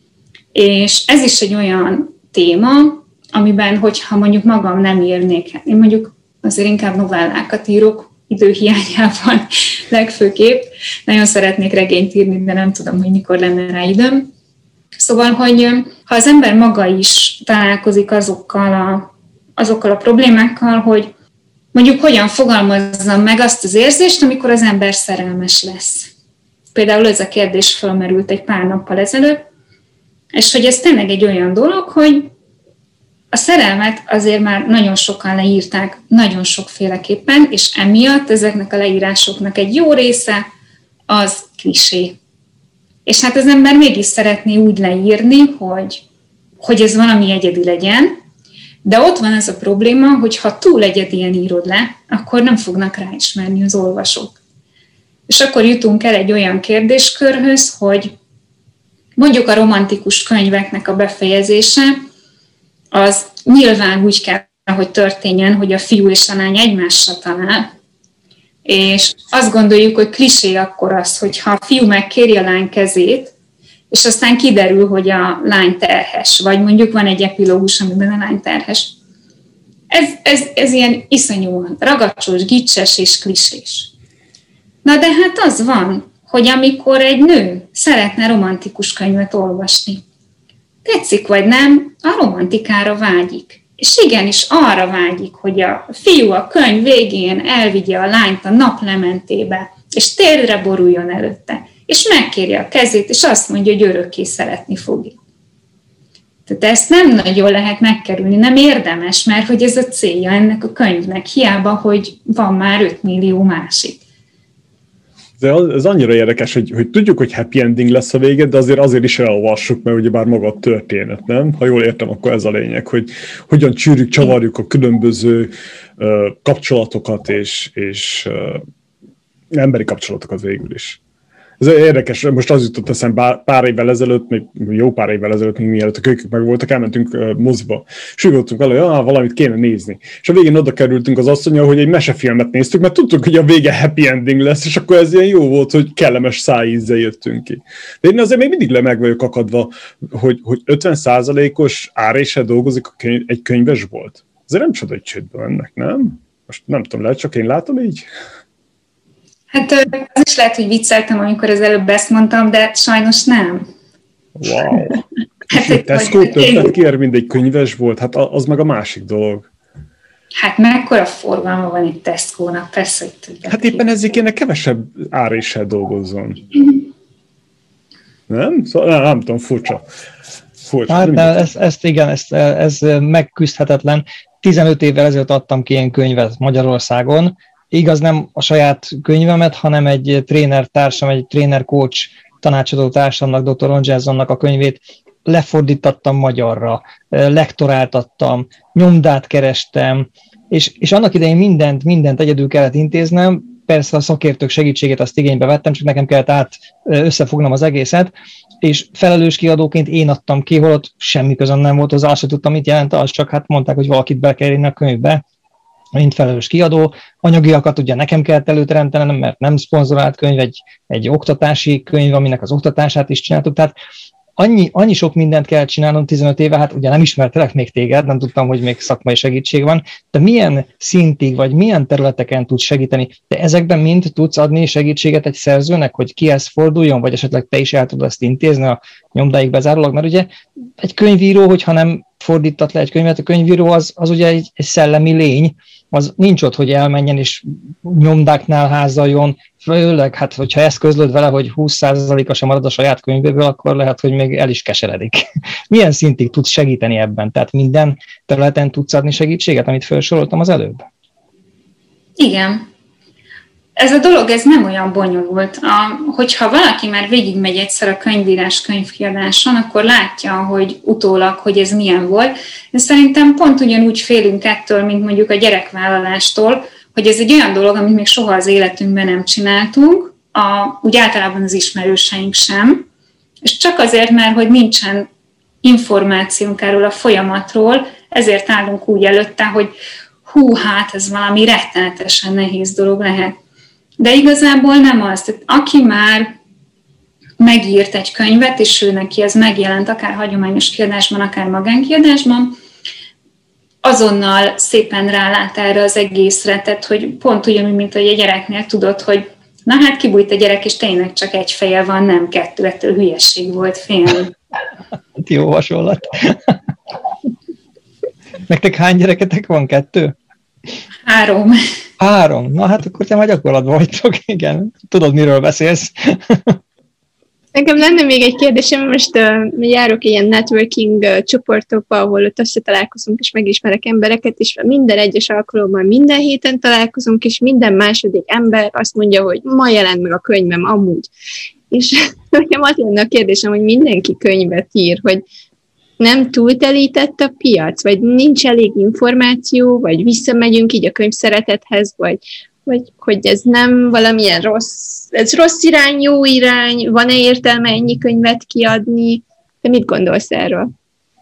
S4: És ez is egy olyan téma, amiben, hogyha mondjuk magam nem írnék, én mondjuk azért inkább novellákat írok, időhiányában legfőképp. Nagyon szeretnék regényt írni, de nem tudom, hogy mikor lenne rá időm. Szóval, hogy ha az ember maga is találkozik azokkal a, azokkal a problémákkal, hogy mondjuk hogyan fogalmazzam meg azt az érzést, amikor az ember szerelmes lesz. Például ez a kérdés fölmerült egy pár nappal ezelőtt, és hogy ez tényleg egy olyan dolog, hogy a szerelmet azért már nagyon sokan leírták, nagyon sokféleképpen, és emiatt ezeknek a leírásoknak egy jó része az klisé. És hát az ember mégis szeretné úgy leírni, hogy, hogy ez valami egyedi legyen, de ott van ez a probléma, hogy ha túl egyedien írod le, akkor nem fognak ráismerni az olvasók. És akkor jutunk el egy olyan kérdéskörhöz, hogy mondjuk a romantikus könyveknek a befejezése, az nyilván úgy kell, hogy történjen, hogy a fiú és a lány egymásra talál, és azt gondoljuk, hogy klisé akkor az, hogyha a fiú megkéri a lány kezét, és aztán kiderül, hogy a lány terhes, vagy mondjuk van egy epilógus, amiben a lány terhes. Ez, ez, ez ilyen iszonyúan ragacsos, gicses és klisés. Na de hát az van, hogy amikor egy nő szeretne romantikus könyvet olvasni, tetszik vagy nem, a romantikára vágyik. És igenis arra vágyik, hogy a fiú a könyv végén elvigye a lányt a naplementébe, és térdre boruljon előtte, és megkérje a kezét, és azt mondja, hogy örökké szeretni fogja. Tehát ezt nem nagyon lehet megkerülni, nem érdemes, mert hogy ez a célja ennek a könyvnek, hiába, hogy van már öt millió másik.
S2: De ez annyira érdekes, hogy, hogy tudjuk, hogy happy ending lesz a vége, de azért azért is elolvassuk, mert ugyebár maga a történet, nem? Ha jól értem, akkor ez a lényeg, hogy hogyan csűrjük, csavarjuk a különböző uh, kapcsolatokat és, és uh, emberi kapcsolatokat végül is. Ez érdekes, most az jutott eszembe pár évvel ezelőtt, még jó pár évvel ezelőtt, még mielőtt a kölykök meg voltak, elmentünk uh, moziba. Sűgöltünk vele, hogy ah, valamit kéne nézni. És a végén oda kerültünk az asszonnyal, hogy egy mesefilmet néztük, mert tudtuk, hogy a vége happy ending lesz, és akkor ez ilyen jó volt, hogy kellemes szájízzel jöttünk ki. De én azért még mindig le meg vagyok akadva, hogy, hogy ötven százalékos áréssel dolgozik a könyv, egy könyvesbolt. Azért nem csoda, hogy csődbe mennek, nem? Most nem tudom, lehet csak én látom így?
S4: Hát az is lehet, hogy vicceltem, amikor az előbb ezt mondtam, de sajnos nem.
S2: Wow. Hát egy Tesco többet kér, mint egy könyves volt, hát az meg a másik dolog.
S4: Hát mekkora forgalma van egy Tesco-nak, persze, hogy többet.
S2: Hát éppen ezért kéne kevesebb áréssel dolgozzon. Nem? Szóval nem, nem tudom, furcsa. furcsa.
S3: Hát ezt, ezt igen, ezt, ez megküzdhetetlen. tizenöt évvel ezelőtt adtam ki ilyen könyvet Magyarországon. Igaz, nem a saját könyvemet, hanem egy tréner társam, egy tréner coach tanácsadó társamnak, doktor Ron Johnsonnak a könyvét lefordítattam magyarra, lektoráltattam, nyomdát kerestem, és, és annak idején mindent, mindent egyedül kellett intéznem, persze a szakértők segítségét azt igénybe vettem, csak nekem kellett át összefognom az egészet, és felelős kiadóként én adtam ki, holott semmi közöm nem volt hozzá, azt sem tudtam, mit jelent az, csak hát mondták, hogy valakit be kell írni a könyvbe, mint felelős kiadó. Anyagiakat ugye nekem kellett előteremtenem, mert nem szponzorált könyv, egy, egy oktatási könyv, aminek az oktatását is csináltuk, tehát annyi, annyi sok mindent kell csinálnom tizenöt éve, hát ugye nem ismertelek még téged, nem tudtam, hogy még szakmai segítség van, de milyen szintig, vagy milyen területeken tudsz segíteni, de ezekben mind tudsz adni segítséget egy szerzőnek, hogy kihez forduljon, vagy esetleg te is el tudod ezt intézni a nyomdáig bezárólag, mert ugye egy könyvíró, hogyha nem fordítat le egy könyvet, a könyvíró az, az ugye egy, egy szellemi lény, az nincs ott, hogy elmenjen és nyomdáknál házaljon, főleg, hát hogyha ezt közlöd vele, hogy húsz százaléka sem marad a saját könyvéből, akkor lehet, hogy még el is keseredik. Milyen szintig tudsz segíteni ebben? Tehát minden területen tudsz adni segítséget, amit felsoroltam az előbb?
S4: Igen. Ez a dolog, ez nem olyan bonyolult. A, hogyha valaki már végigmegy egyszer a könyvírás könyvkiadáson, akkor látja, hogy utólag, hogy ez milyen volt. De szerintem pont ugyanúgy félünk ettől, mint mondjuk a gyerekvállalástól, hogy ez egy olyan dolog, amit még soha az életünkben nem csináltunk, a, úgy általában az ismerőseink sem, és csak azért, mert hogy nincsen információnk erről a folyamatról, ezért állunk úgy előtte, hogy hú, hát ez valami rettenetesen nehéz dolog lehet. De igazából nem az. Tehát aki már megírt egy könyvet, és ő neki ez megjelent, akár hagyományos kiadásban, akár magánkiadásban, azonnal szépen rálát erre az egészre, tehát hogy pont ugyanúgy, mint hogy a gyereknél tudod, hogy na hát kibújt a gyerek, és tényleg csak egy feje van, nem kettő, ettől hülyesség volt félni.
S3: Jó hasonlat. Nektek hány gyereketek van? Kettő?
S4: Három.
S3: Három? Na hát akkor te már gyakorlatban vagytok, igen. Tudod, miről beszélsz.
S5: Nekem lenne még egy kérdésem, most uh, járok ilyen networking uh, csoportokba, ahol ott összetalálkozunk, és megismerek embereket, és minden egyes alkalommal minden héten találkozunk, és minden második ember azt mondja, hogy ma jelent meg a könyvem amúgy. És nekem az lenne a kérdésem, hogy mindenki könyvet ír, hogy nem túltelített a piac, vagy nincs elég információ, vagy visszamegyünk így a könyvszeretethez, vagy, vagy hogy ez nem valamilyen rossz, ez rossz irány, jó irány, van-e értelme ennyi könyvet kiadni? Te mit gondolsz erről?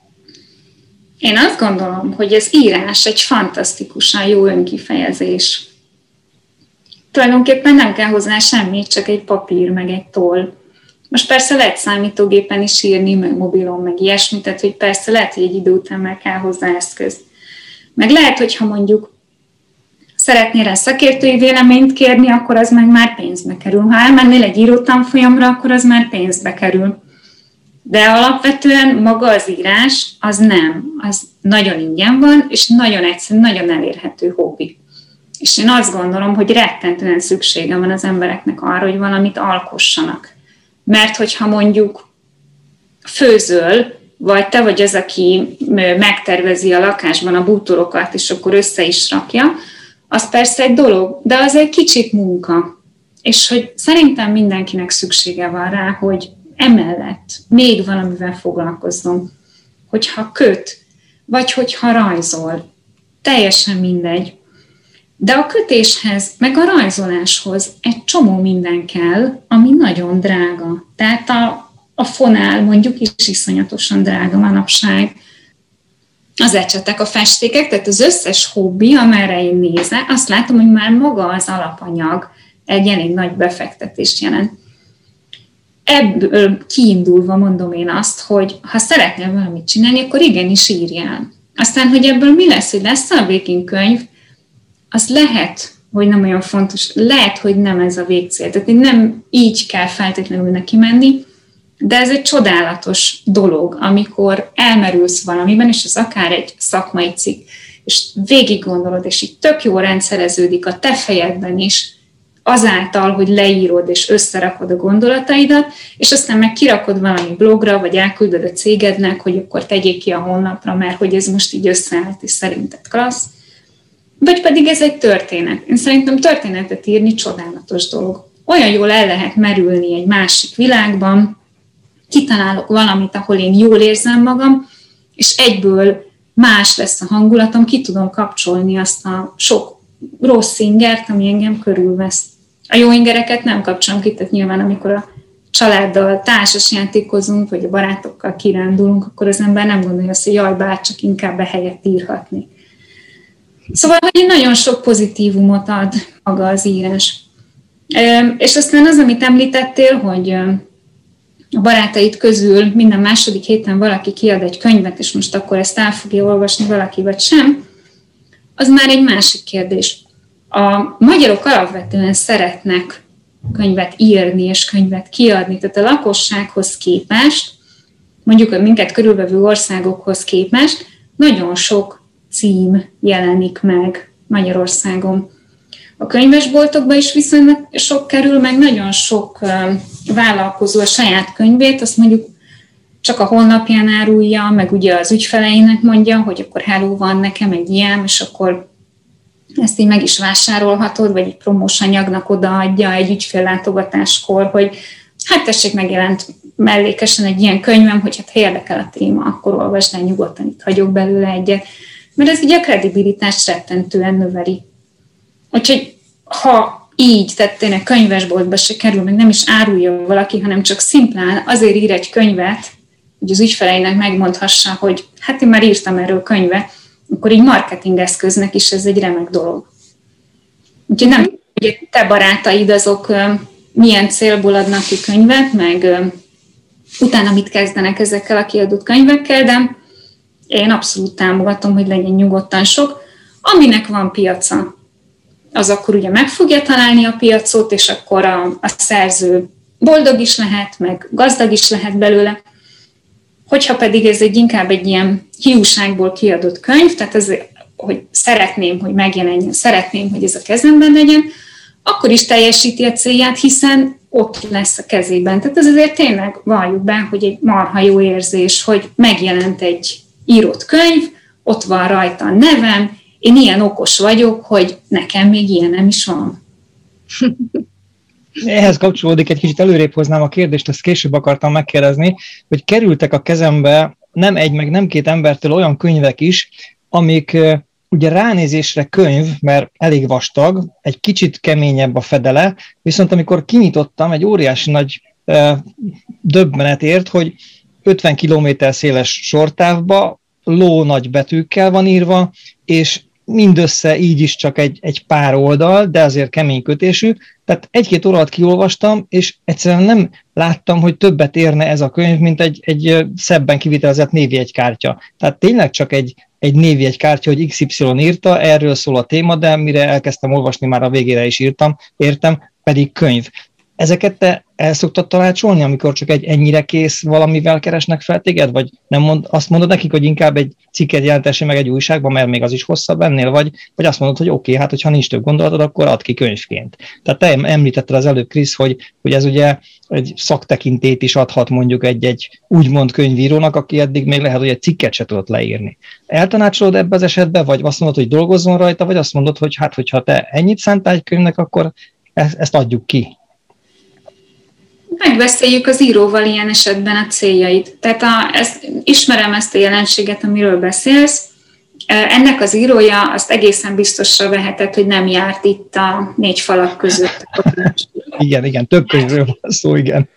S4: Én azt gondolom, hogy az írás egy fantasztikusan jó önkifejezés. Tulajdonképpen nem kell hozzá semmit, csak egy papír, meg egy toll. Most persze lehet számítógépen is írni, meg mobilon, meg ilyesmit, tehát hogy persze lehet, hogy egy idő után meg kell hozzá eszköz. Meg lehet, hogyha mondjuk szeretnél rá szakértői véleményt kérni, akkor az meg már pénzbe kerül. Ha elmennél egy írótanfolyamra, akkor az már pénzbe kerül. De alapvetően maga az írás, az nem. Az nagyon ingyen van, és nagyon egyszerű, nagyon elérhető hobbi. És én azt gondolom, hogy rettentően szüksége van az embereknek arra, hogy valamit alkossanak. Mert hogyha mondjuk főzöl, vagy te vagy az, aki megtervezi a lakásban a bútorokat, és akkor össze is rakja, az persze egy dolog, de az egy kicsit munka. És hogy szerintem mindenkinek szüksége van rá, hogy emellett még valamivel foglalkozzon. Hogyha köt, vagy hogyha rajzol, teljesen mindegy. De a kötéshez, meg a rajzoláshoz egy csomó minden kell, ami nagyon drága. Tehát a, a fonál mondjuk is iszonyatosan drága manapság. Az ecsetek, a festékek, tehát az összes hobbi, amerre én nézek, azt látom, hogy már maga az alapanyag egy elég nagy befektetést jelent. Ebből kiindulva mondom én azt, hogy ha szeretnél valamit csinálni, akkor igenis írjál. Aztán, hogy ebből mi lesz, hogy lesz a végén könyv, az lehet, hogy nem olyan fontos, lehet, hogy nem ez a végcél. Tehát nem így kell feltétlenül neki menni, de ez egy csodálatos dolog, amikor elmerülsz valamiben, és ez akár egy szakmai cikk, és végig gondolod, és így tök jó rendszereződik a te fejedben is, azáltal, hogy leírod és összerakod a gondolataidat, és aztán meg kirakod valami blogra, vagy elküldöd a cégednek, hogy akkor tegyék ki a honlapra, mert hogy ez most így összeállt, és szerinted klassz. Vagy pedig ez egy történet. Én szerintem történetet írni csodálatos dolog. Olyan jól el lehet merülni egy másik világban, kitalálok valamit, ahol én jól érzem magam, és egyből más lesz a hangulatom, ki tudom kapcsolni azt a sok rossz ingert, ami engem körülvesz. A jó ingereket nem kapcsolom ki, tehát nyilván amikor a családdal társasjátékozunk, vagy a barátokkal kirándulunk, akkor az ember nem gondolja azt, hogy jaj, bár csak inkább ehelyett írhatni. Szóval, hogy nagyon sok pozitívumot ad maga az írás. És aztán az, amit említettél, hogy a barátaid közül minden második héten valaki kiad egy könyvet, és most akkor ezt el fogja olvasni valaki, vagy sem, az már egy másik kérdés. A magyarok alapvetően szeretnek könyvet írni és könyvet kiadni, tehát a lakossághoz képest, mondjuk a minket körülvevő országokhoz képest nagyon sok cím jelenik meg Magyarországon. A könyvesboltokban is viszonylag sok kerül, meg nagyon sok vállalkozó a saját könyvét, azt mondjuk csak a honlapján árulja, meg ugye az ügyfeleinek mondja, hogy akkor hello, van nekem egy ilyen, és akkor ezt így meg is vásárolhatod, vagy egy promós anyagnak odaadja egy ügyféllátogatáskor, hogy hát tessék, megjelent mellékesen egy ilyen könyvem, hogy hát ha érdekel a téma, akkor olvasd el nyugodtan, itt hagyok belőle egyet. Mert ez ugye a kredibilitást rettentően növeli. Úgyhogy ha így, tehát tényleg könyvesboltba se kerül, meg nem is árulja valaki, hanem csak szimplán azért ír egy könyvet, hogy az ügyfeleinek megmondhassa, hogy hát én már írtam erről könyvet, akkor így marketingeszköznek is ez egy remek dolog. Úgyhogy nem, hogy te barátaid azok milyen célból adnak ki könyvet, meg utána mit kezdenek ezekkel a kiadott könyvekkel, de én abszolút támogatom, hogy legyen nyugodtan sok. Aminek van piaca, az akkor ugye meg fogja találni a piacot, és akkor a, a szerző boldog is lehet, meg gazdag is lehet belőle. Hogyha pedig ez egy inkább egy ilyen hiúságból kiadott könyv, tehát ez hogy szeretném, hogy megjelenjen, szeretném, hogy ez a kezemben legyen, akkor is teljesíti a célját, hiszen ott lesz a kezében. Tehát ez azért tényleg valljuk be, hogy egy marha jó érzés, hogy megjelent egy írott könyv, ott van rajta a nevem, én ilyen okos vagyok, hogy nekem még ilyen nem is van.
S3: Ehhez kapcsolódik, egy kicsit előrébb hoznám a kérdést, ezt később akartam megkérdezni, hogy kerültek a kezembe nem egy, meg nem két embertől olyan könyvek is, amik ugye ránézésre könyv, mert elég vastag, egy kicsit keményebb a fedele, viszont amikor kinyitottam, egy óriási nagy e, döbbenet ért, hogy ötven kilométer széles sortávba ló nagy betűkkel van írva, és mindössze így is csak egy, egy pár oldal, de azért kemény kötésű. Tehát egy-két óra alatt kiolvastam, és egyszerűen nem láttam, hogy többet érne ez a könyv, mint egy, egy szebben kivitelezett névjegykártya. Tehát tényleg csak egy, egy névjegykártya, hogy iksz ipszilon írta, erről szól a téma, de mire elkezdtem olvasni, már a végére is írtam, értem, pedig könyv. Ezeket te el szoktad tanácsolni, amikor csak egy ennyire kész valamivel keresnek fel téged? Vagy nem mond, azt mondod nekik, hogy inkább egy cikket jelentessél meg egy újságban, mert még az is hosszabb ennél? Vagy, vagy azt mondod, hogy oké, okay, hát hogyha nincs több gondolatod, akkor add ki könyvként. Tehát te említetted az előbb, Krisz, hogy, hogy ez ugye egy szaktekintét is adhat mondjuk egy-egy úgymond könyvírónak, aki eddig még lehet, hogy egy cikket se tudott leírni. Eltanácsolod ebbe az esetben, vagy azt mondod, hogy dolgozzon rajta, vagy azt mondod, hogy hát, hogyha te ennyit szántál egy könyvnek, akkor ezt, ezt adjuk ki.
S4: Megbeszéljük az íróval ilyen esetben a céljait. Tehát a, ezt, ismerem ezt a jelenséget, amiről beszélsz. Ennek az írója azt egészen biztosra vehetett, hogy nem járt itt a négy falak között.
S3: Igen, igen, több könyvről van szó, igen.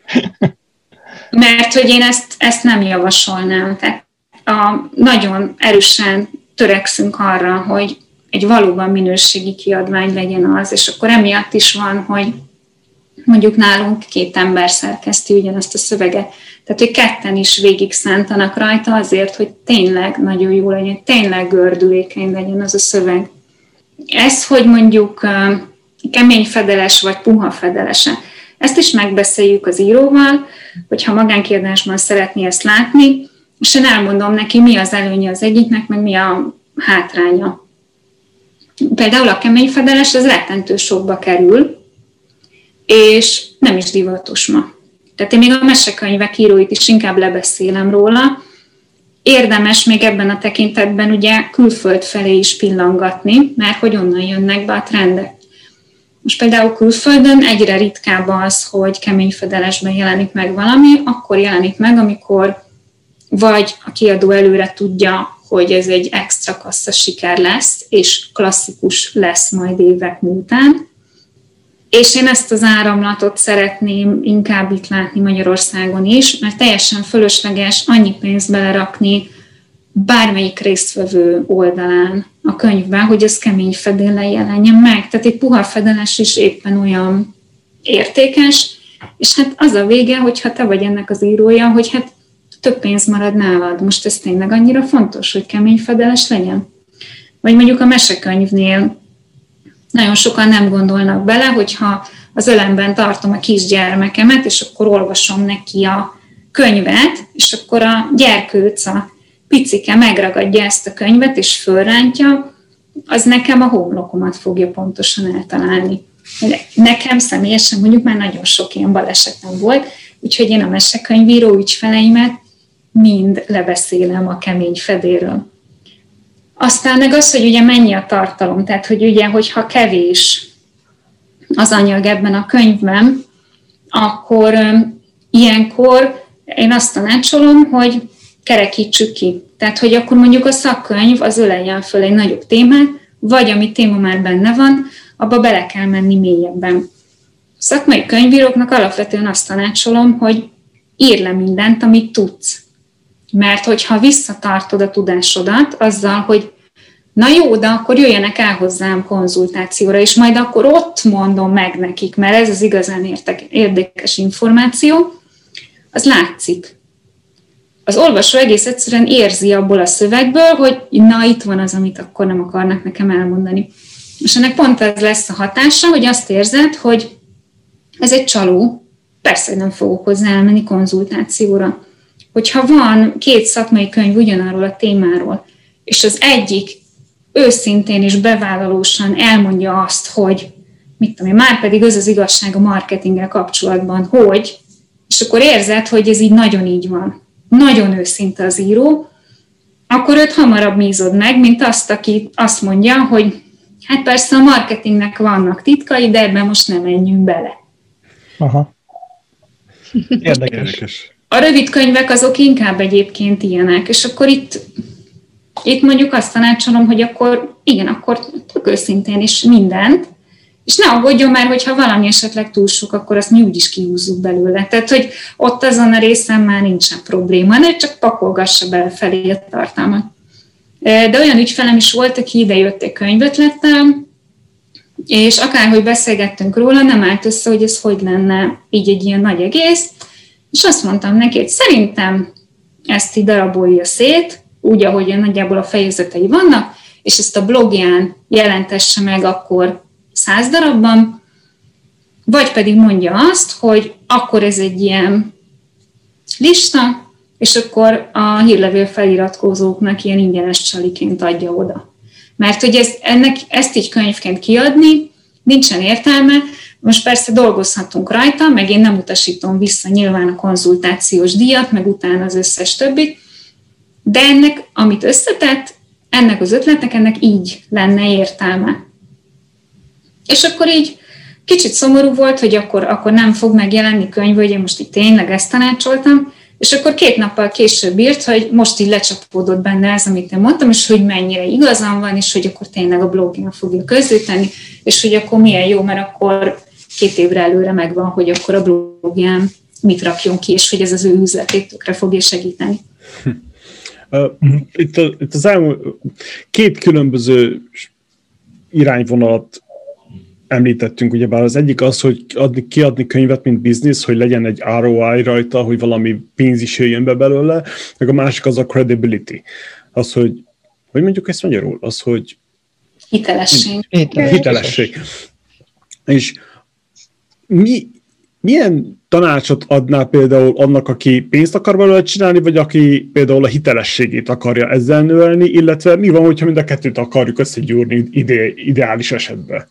S4: Mert hogy én ezt, ezt nem javasolnám. Tehát a, nagyon erősen törekszünk arra, hogy egy valóban minőségi kiadvány legyen az, és akkor emiatt is van, hogy mondjuk nálunk két ember szerkeszti ugyanazt a szöveget. Tehát, hogy ketten is végig szántanak rajta azért, hogy tényleg nagyon jó legyen, tényleg gördülékeny legyen az a szöveg. Ez, hogy mondjuk kemény fedeles vagy puha fedelese, ezt is megbeszéljük az íróval, hogyha magánkiadásban szeretné ezt látni, és én elmondom neki, mi az előnye az egyiknek, meg mi a hátránya. Például a kemény fedeles, az rettentő sokba kerül, és nem is divatos ma. Tehát én még a mesekönyvek íróit is inkább lebeszélem róla. Érdemes még ebben a tekintetben ugye külföld felé is pillangatni, mert hogy onnan jönnek be a trendek. Most például külföldön egyre ritkább az, hogy kemény fedelesben jelenik meg valami, akkor jelenik meg, amikor vagy a kiadó előre tudja, hogy ez egy extra kassza siker lesz, és klasszikus lesz majd évek múltán. És én ezt az áramlatot szeretném inkább itt látni Magyarországon is, mert teljesen fölösleges annyi pénzt belerakni bármelyik résztvevő oldalán a könyvben, hogy ez kemény fedéllel jelenjen meg. Tehát egy puha fedeles is éppen olyan értékes, és hát az a vége, hogyha te vagy ennek az írója, hogy hát több pénz marad nálad. Most ez tényleg annyira fontos, hogy kemény fedeles legyen? Vagy mondjuk a mesekönyvnél nagyon sokan nem gondolnak bele, hogyha az ölemben tartom a kisgyermekemet, és akkor olvasom neki a könyvet, és akkor a gyerkőc, a picike megragadja ezt a könyvet, és fölrántja, az nekem a homlokomat fogja pontosan eltalálni. Nekem személyesen mondjuk már nagyon sok ilyen balesetem volt, úgyhogy én a mesekönyvíró ügyfeleimet mind lebeszélem a kemény fedéről. Aztán meg az, hogy ugye mennyi a tartalom, tehát hogy ugye, hogyha kevés az anyag ebben a könyvben, akkor um, ilyenkor én azt tanácsolom, hogy kerekítsük ki. Tehát, hogy akkor mondjuk a szakkönyv az öleljen föl egy nagyobb témát, vagy ami téma már benne van, abba bele kell menni mélyebben. A szakmai könyvíróknak alapvetően azt tanácsolom, hogy írj le mindent, amit tudsz. Mert hogyha visszatartod a tudásodat azzal, hogy na jó, de akkor jöjjenek el hozzám konzultációra, és majd akkor ott mondom meg nekik, mert ez az igazán érdekes információ, az látszik. Az olvasó egész egyszerűen érzi abból a szövegből, hogy na itt van az, amit akkor nem akarnak nekem elmondani. És ennek pont ez lesz a hatása, hogy azt érzed, hogy ez egy csaló, persze, hogy nem fogok hozzá elmenni konzultációra. Hogyha van két szakmai könyv ugyanarról a témáról, és az egyik őszintén és bevállalósan elmondja azt, hogy mit tudom én, már pedig az az igazság a marketinggel kapcsolatban, hogy, és akkor érzed, hogy ez így nagyon így van, nagyon őszinte az író, akkor őt hamarabb bízod meg, mint azt, aki azt mondja, hogy hát persze a marketingnek vannak titkai, de ebben most nem menjünk bele.
S3: Aha. Érdekes. Érdekes.
S4: A rövid könyvek azok inkább egyébként ilyenek, és akkor itt, itt mondjuk azt tanácsolom, hogy akkor igen, akkor tök őszintén is mindent, és ne aggódjon már, hogyha valami esetleg túl sok, akkor azt mi úgyis kihúzzuk belőle. Tehát, hogy ott azon a részen már nincsen probléma, ne csak pakolgassa bele felé a tartalmat. De olyan ügyfelem is volt, aki idejött egy könyvötlettel, és akárhogy beszélgettünk róla, nem állt össze, hogy ez hogy lenne így egy ilyen nagy egész, és azt mondtam neki, hogy szerintem ezt így darabolja szét, úgy, ahogy nagyjából a fejezetei vannak, és ezt a blogján jelentesse meg akkor száz darabban, vagy pedig mondja azt, hogy akkor ez egy ilyen lista, és akkor a hírlevél feliratkozóknak ilyen ingyenes csaliként adja oda. Mert hogy ez, ennek, ezt így könyvként kiadni, nincsen értelme, most persze dolgozhatunk rajta, meg én nem utasítom vissza nyilván a konzultációs díjat, meg utána az összes többit, de ennek, amit összetett, ennek az ötletnek, ennek így lenne értelme. És akkor így kicsit szomorú volt, hogy akkor, akkor nem fog megjelenni könyv, hogy én most így tényleg ezt tanácsoltam, és akkor két nappal később írt, hogy most így lecsapódott benne ez, amit én mondtam, és hogy mennyire igazam van, és hogy akkor tényleg a blogján fogja közzétenni, és hogy akkor milyen jó, mert akkor két évre előre megvan, hogy akkor a blogján mit rakjon ki, és hogy ez az ő üzletét tökre fogja segíteni.
S2: Itt, a, itt az elmúlt két különböző irányvonalat említettünk, ugyebár az egyik az, hogy adni, kiadni könyvet, mint biznisz, hogy legyen egy er o i rajta, hogy valami pénz is jöjjön be belőle, meg a másik az a credibility. Az, hogy, hogy mondjuk ezt magyarul? Az, hogy...
S4: Hitelesség.
S2: Hitelesség. Hitelesség. És mi, milyen tanácsot adnál például annak, aki pénzt akar belőle csinálni, vagy aki például a hitelességét akarja ezzel növelni, illetve mi van, hogyha mind a kettőt akarjuk összegyúrni ide, ideális esetben?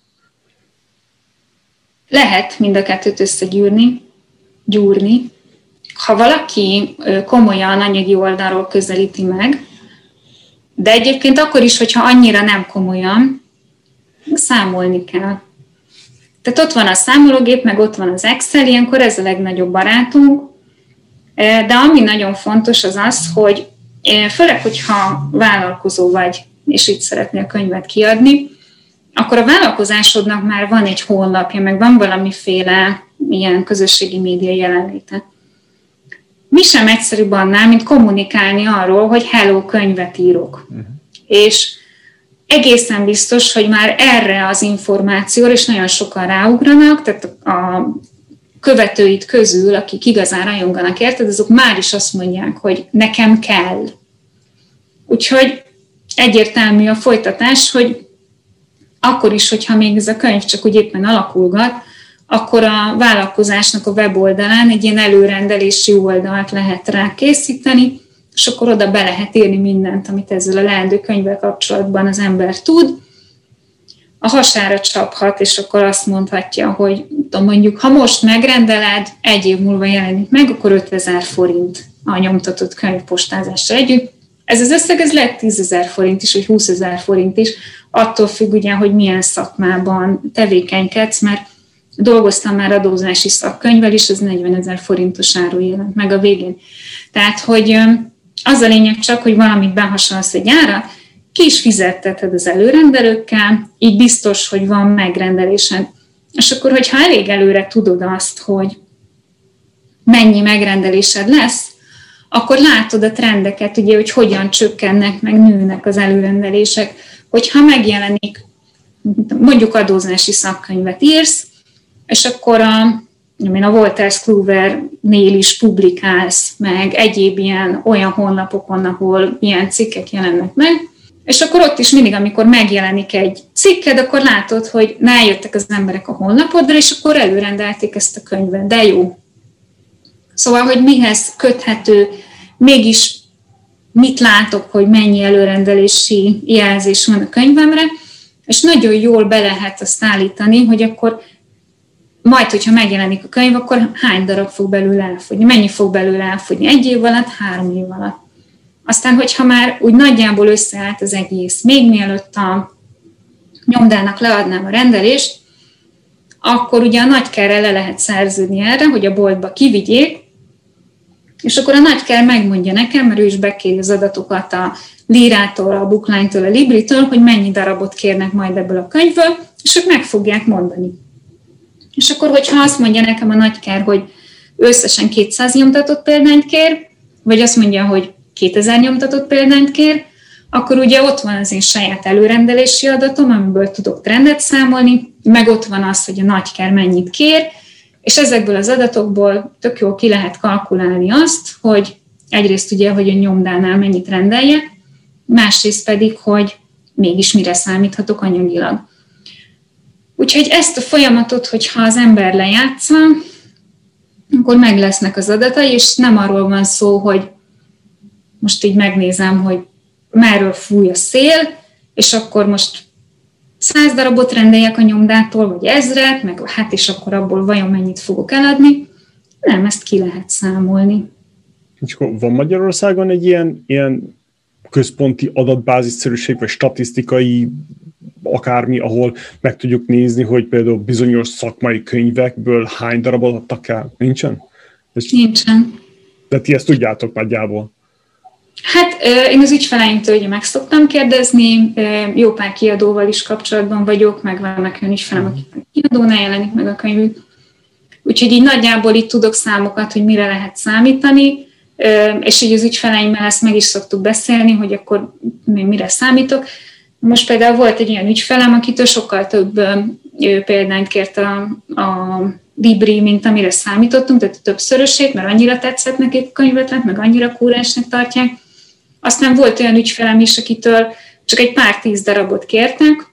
S4: Lehet mind a kettőt összegyúrni, gyúrni. Ha valaki komolyan anyagi oldalról közelíti meg, de egyébként akkor is, hogyha annyira nem komolyan, számolni kell. Tehát ott van a számológép, meg ott van az Excel, ilyenkor ez a legnagyobb barátunk, de ami nagyon fontos az az, hogy főleg, hogyha vállalkozó vagy, és így szeretnél könyvet kiadni, akkor a vállalkozásodnak már van egy honlapja, meg van valamiféle ilyen közösségi média jelenléte. Mi sem egyszerűbb annál, mint kommunikálni arról, hogy hello, könyvet írok. Uh-huh. És egészen biztos, hogy már erre az információra, és nagyon sokan ráugranak, tehát a követőid közül, akik igazán rajonganak érted, azok már is azt mondják, hogy nekem kell. Úgyhogy egyértelmű a folytatás, hogy akkor is, hogyha még ez a könyv csak úgy éppen alakulgat, akkor a vállalkozásnak a weboldalán egy ilyen előrendelési oldalt lehet rá készíteni, és akkor oda be lehet írni mindent, amit ezzel a leendő könyvvel kapcsolatban az ember tud. A hasára csaphat, és akkor azt mondhatja, hogy mondjuk, ha most megrendeled, egy év múlva jelenik meg, akkor ötezer forint a nyomtatott könyvpostázásra együtt. Ez az összeg, ez lehet tízezer forint is, vagy húszezer forint is, attól függ ugye, hogy milyen szakmában tevékenykedsz, mert dolgoztam már adózási szakkönyvvel is, az negyvenezer forintos áru jelent meg a végén. Tehát, hogy az a lényeg csak, hogy valamit behasalsz egy árat, ki is fizetteted az előrendelőkkel, így biztos, hogy van megrendelésed. És akkor, hogyha elég előre tudod azt, hogy mennyi megrendelésed lesz, akkor látod a trendeket, ugye, hogy hogyan csökkennek, meg nőnek az előrendelések. Hogyha megjelenik, mondjuk adózási szakkönyvet írsz, és akkor a, a Wolters Kluwernél is publikálsz, meg egyéb ilyen olyan honlapokon, ahol ilyen cikkek jelennek meg, és akkor ott is mindig, amikor megjelenik egy cikked, akkor látod, hogy eljöttek az emberek a honlapodra, és akkor előrendelték ezt a könyvet, de jó. Szóval, hogy mihez köthető, mégis mit látok, hogy mennyi előrendelési jelzés van a könyvemre, és nagyon jól be lehet azt állítani, hogy akkor majd, hogyha megjelenik a könyv, akkor hány darab fog belőle elfogyni, mennyi fog belőle elfogyni, egy év alatt, három év alatt. Aztán, hogyha már úgy nagyjából összeállt az egész, még mielőtt a nyomdának leadnám a rendelést, akkor ugye a nagykerrel le lehet szerződni erre, hogy a boltba kivigyék, és akkor a nagyker megmondja nekem, mert ő is bekéri az adatokat a Lírától, a Bookline-től, a Libritől, hogy mennyi darabot kérnek majd ebből a könyvből, és ők meg fogják mondani. És akkor, hogyha azt mondja nekem a nagyker, hogy összesen kétszáz nyomtatott példányt kér, vagy azt mondja, hogy kétezer nyomtatott példányt kér, akkor ugye ott van az én saját előrendelési adatom, amiből tudok trendet számolni, meg ott van az, hogy a nagyker mennyit kér, és ezekből az adatokból tök jól ki lehet kalkulálni azt, hogy egyrészt ugye, hogy a nyomdánál mennyit rendeljek, másrészt pedig, hogy mégis mire számíthatok anyagilag. Úgyhogy ezt a folyamatot, hogyha az ember lejátsza, akkor meg lesznek az adatai, és nem arról van szó, hogy most így megnézem, hogy merről fúj a szél, és akkor most száz darabot rendeljek a nyomdától, vagy ezret, meg hát és akkor abból vajon mennyit fogok eladni. Nem, ezt ki lehet számolni.
S2: És akkor van Magyarországon egy ilyen, ilyen központi adatbázisszerűség, vagy statisztikai akármi, ahol meg tudjuk nézni, hogy például bizonyos szakmai könyvekből hány darabot adtak el? Nincsen? Ez...
S4: Nincsen.
S2: De ti ezt tudjátok nagyjából?
S4: Hát én az ügyfeleimtől ugye meg szoktam kérdezni, jó pár kiadóval is kapcsolatban vagyok, meg vannak olyan ügyfelem, akik kiadónál jelenik meg a könyvük. Úgyhogy így nagyjából itt tudok számokat, hogy mire lehet számítani, és így az ügyfeleimmel ezt meg is szoktuk beszélni, hogy akkor mire számítok. Most például volt egy olyan ügyfelem, akitől sokkal több példányt kért a, a Libri, mint amire számítottunk, tehát többszörösét, mert annyira tetszett nekik a könyvet, meg annyira kúrensnek tartják. Aztán volt olyan ügyfelem is, akitől csak egy pár tíz darabot kértek,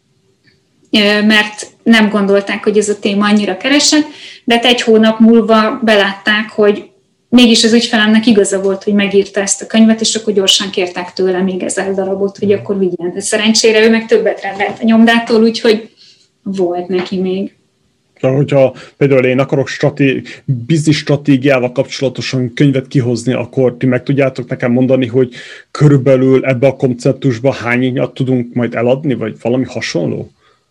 S4: mert nem gondolták, hogy ez a téma annyira keresett, de egy hónap múlva belátták, hogy mégis az ügyfelemnek igaza volt, hogy megírta ezt a könyvet, és akkor gyorsan kértek tőle még ezer darabot, hogy akkor vigyen. De szerencsére ő meg többet rendelt a nyomdától, úgyhogy volt neki még.
S2: Tehát, hogyha például én akarok straté- biznisz stratégiával kapcsolatosan könyvet kihozni, akkor ti meg tudjátok nekem mondani, hogy körülbelül ebbe a konceptusba hányat tudunk majd eladni, vagy valami hasonló?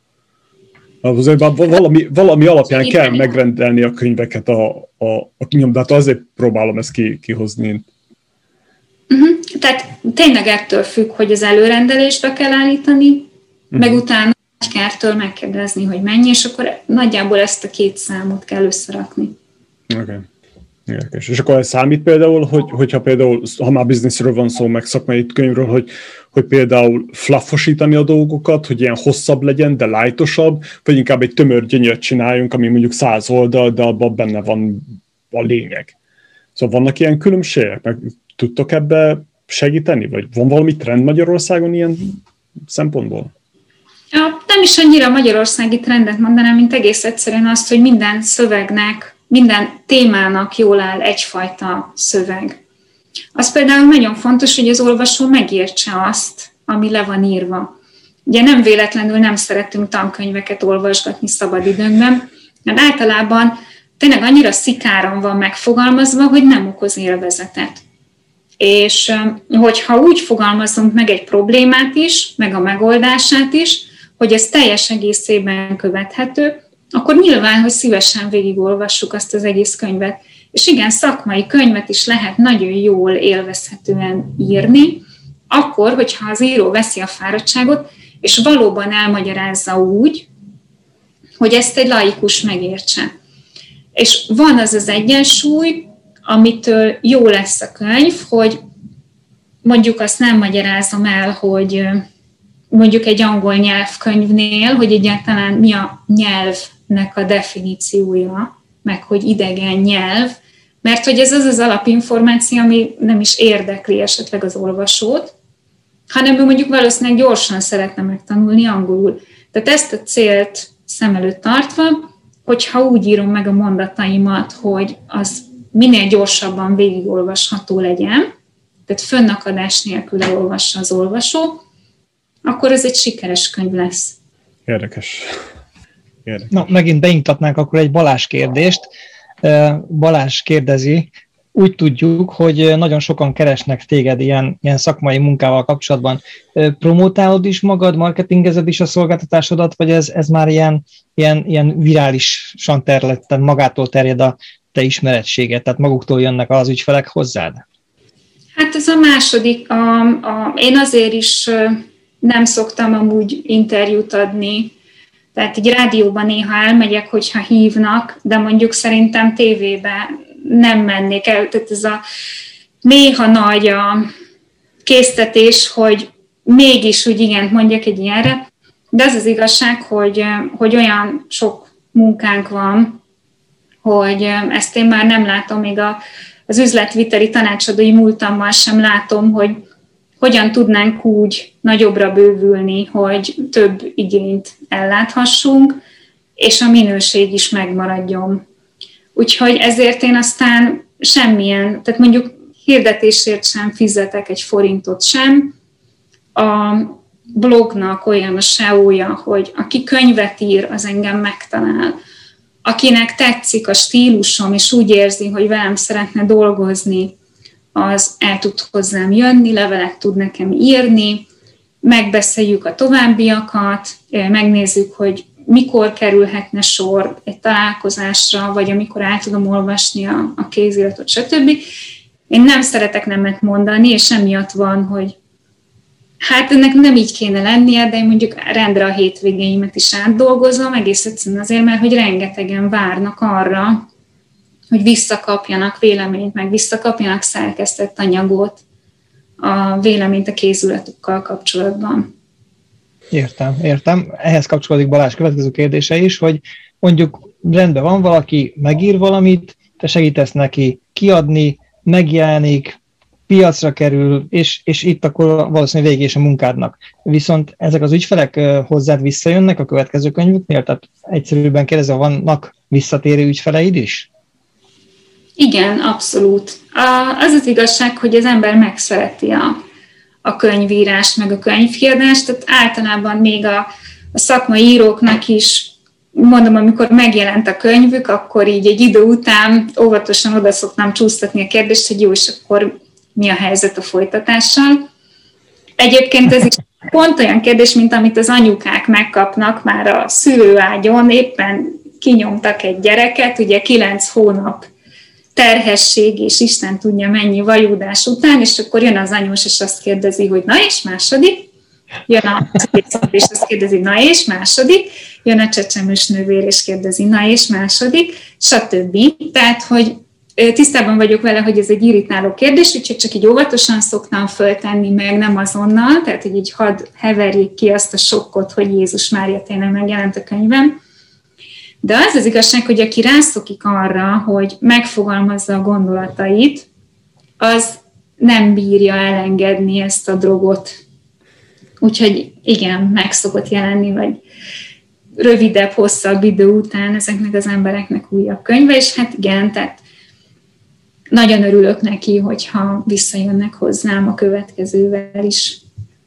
S2: Azért valami, valami alapján kell megrendelni a könyveket a, a, a nyomdát, azért próbálom ezt ki, kihozni.
S4: Uh-huh. Tehát tényleg ettől függ, hogy az előrendelésbe kell állítani, uh-huh. meg utána nagykártól megkérdezni, hogy mennyi, és akkor nagyjából ezt a két számot kell összerakni.
S2: Oké. Okay. Érdekes. És akkor ez számít például, hogy, hogyha például, ha már bizniszről van szó, meg szakmai könyvről, hogy, hogy például fluffosítani a dolgokat, hogy ilyen hosszabb legyen, de lightosabb, vagy inkább egy tömör gyönyört csináljunk, ami mondjuk száz oldal, de abban benne van a lényeg. Szóval vannak ilyen különbségek? Meg tudtok ebbe segíteni? Vagy van valami trend Magyarországon ilyen szempontból?
S4: Ja, nem is annyira magyarországi trendet mondanám, mint egész egyszerűen azt, hogy minden szövegnek, minden témának jól áll egyfajta szöveg. Az például nagyon fontos, hogy az olvasó megértse azt, ami le van írva. Ugye nem véletlenül nem szeretünk tankönyveket olvasgatni szabadidőnkben, mert általában tényleg annyira szikáran van megfogalmazva, hogy nem okoz élvezetet. És hogyha úgy fogalmazunk meg egy problémát is, meg a megoldását is, hogy ez teljes egészében követhető, akkor nyilván, hogy szívesen végigolvassuk azt az egész könyvet. És igen, szakmai könyvet is lehet nagyon jól élvezhetően írni, akkor, hogyha az író veszi a fáradtságot, és valóban elmagyarázza úgy, hogy ezt egy laikus megértse. És van az az egyensúly, amitől jó lesz a könyv, hogy mondjuk azt nem magyarázom el, hogy mondjuk egy angol nyelvkönyvnél, hogy egyáltalán mi a nyelvnek a definíciója, meg hogy idegen nyelv, mert hogy ez az az alapinformáció, ami nem is érdekli esetleg az olvasót, hanem ő mondjuk valószínűleg gyorsan szeretne megtanulni angolul. Tehát ezt a célt szem előtt tartva, hogyha úgy írom meg a mondataimat, hogy az minél gyorsabban végigolvasható legyen, tehát fönnakadás nélkül elolvassa az olvasó, akkor ez egy sikeres könyv lesz.
S2: Érdekes. Érdekes.
S3: Na, megint beiktatnánk akkor egy Balázs kérdést. Balázs kérdezi, úgy tudjuk, hogy nagyon sokan keresnek téged ilyen, ilyen szakmai munkával kapcsolatban. Promotálod is magad, marketingezed is a szolgáltatásodat, vagy ez, ez már ilyen, ilyen, ilyen virálisan területen magától terjed a te ismeretséged, tehát maguktól jönnek az ügyfelek hozzád?
S4: Hát ez a második. A, a, én azért is nem szoktam amúgy interjút adni, tehát egy rádióban néha elmegyek, hogyha hívnak, de mondjuk szerintem tévébe nem mennék el. Tehát ez a néha nagy a késztetés, hogy mégis úgy igent mondjak egy ilyenre, de az az igazság, hogy, hogy olyan sok munkánk van, hogy ezt én már nem látom, még a, az üzletviteli tanácsadói múltammal sem látom, hogy hogyan tudnánk úgy nagyobbra bővülni, hogy több igényt elláthassunk, és a minőség is megmaradjon. Úgyhogy ezért én aztán semmilyen, tehát mondjuk hirdetésért sem fizetek egy forintot sem. A blognak olyan a es e o-ja, hogy aki könyvet ír, az engem megtalál. Akinek tetszik a stílusom, és úgy érzi, hogy velem szeretne dolgozni, az el tud hozzám jönni, levelet tud nekem írni, megbeszéljük a továbbiakat, megnézzük, hogy mikor kerülhetne sor egy találkozásra, vagy amikor el tudom olvasni a, a kéziratot, stb. Én nem szeretek nemet mondani, és emiatt van, hogy hát ennek nem így kéne lennie, de én mondjuk rendre a hétvégéimet is átdolgozom, egész egyszerűen azért, mert hogy rengetegen várnak arra, hogy visszakapjanak véleményt, meg visszakapjanak szerkesztett anyagot, a véleményt a kéziratokkal kapcsolatban.
S3: Értem, értem. Ehhez kapcsolódik Balázs következő kérdése is, hogy mondjuk rendben van valaki, megír valamit, te segítesz neki kiadni, megjelenik, piacra kerül, és, és itt akkor valószínűleg végig is a munkádnak. Viszont ezek az ügyfelek hozzád visszajönnek a következő könyvüknél? Tehát egyszerűbben kérdezve, vannak visszatérő ügyfeleid is?
S4: Igen, abszolút. Az az igazság, hogy az ember megszereti a, a könyvírást, meg a könyvkiadást, tehát általában még a, a szakmai íróknak is, mondom, amikor megjelent a könyvük, akkor így egy idő után óvatosan oda szoktam csúsztatni a kérdést, hogy jó, és akkor mi a helyzet a folytatással. Egyébként ez is pont olyan kérdés, mint amit az anyukák megkapnak már a szülőágyon, éppen kinyomtak egy gyereket, ugye kilenc hónap terhesség, és Isten tudja mennyi vajúdás után, és akkor jön az anyós, és azt kérdezi, hogy na és második? Jön a és azt kérdezi, na és második? Jön a csecsemős nővér, és kérdezi, na és második? Stb. Tehát, hogy tisztában vagyok vele, hogy ez egy irritáló kérdés, úgyhogy csak így óvatosan szoktam föltenni, meg nem azonnal, tehát hogy így hadd heverjék ki azt a sokkot, hogy Jézus Mária tényleg megjelent a könyvem. De az az igazság, hogy aki rászokik arra, hogy megfogalmazza a gondolatait, az nem bírja elengedni ezt a drogot. Úgyhogy igen, meg szokott jelenni, vagy rövidebb, hosszabb idő után ezeknek az embereknek újabb könyve, és hát igen, tehát nagyon örülök neki, hogyha visszajönnek hozzám a következővel is.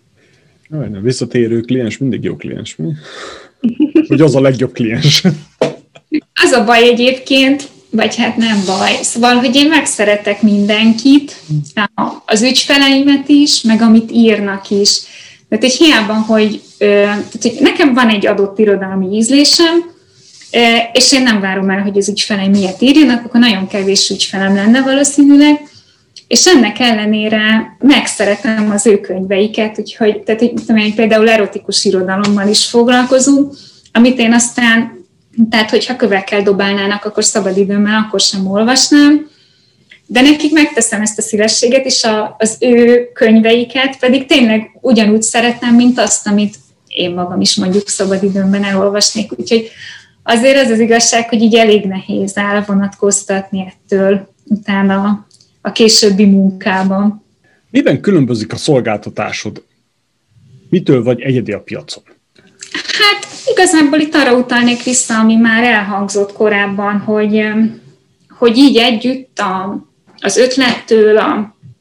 S2: A visszatérő kliens mindig jó kliens, mi? Hogy az a legjobb kliens.
S4: Az a baj egyébként, vagy hát nem baj, szóval, hogy én megszeretek mindenkit, az ügyfeleimet is, meg amit írnak is. Tehát egy hiába, hogy, tehát, hogy nekem van egy adott irodalmi ízlésem, és én nem várom el, hogy az ügyfeleim miért írjanak, akkor nagyon kevés ügyfelem lenne valószínűleg, és ennek ellenére megszeretem az ő könyveiket, úgyhogy tehát, hogy, tudom én, például erotikus irodalommal is foglalkozunk, amit én aztán, tehát hogyha kövekkel dobálnának, akkor szabadidőmmel akkor sem olvasnám, de nekik megteszem ezt a szívességet, és a, az ő könyveiket pedig tényleg ugyanúgy szeretem, mint azt, amit én magam is mondjuk szabadidőmben elolvasnék, úgyhogy azért az az igazság, hogy így elég nehéz elvonatkoztatni ettől utána a későbbi munkában.
S2: Miben különbözik a szolgáltatásod? Mitől vagy egyedi a piacon?
S4: Hát igazából itt arra utalnék vissza, ami már elhangzott korábban, hogy, hogy így együtt a, az ötlettől a,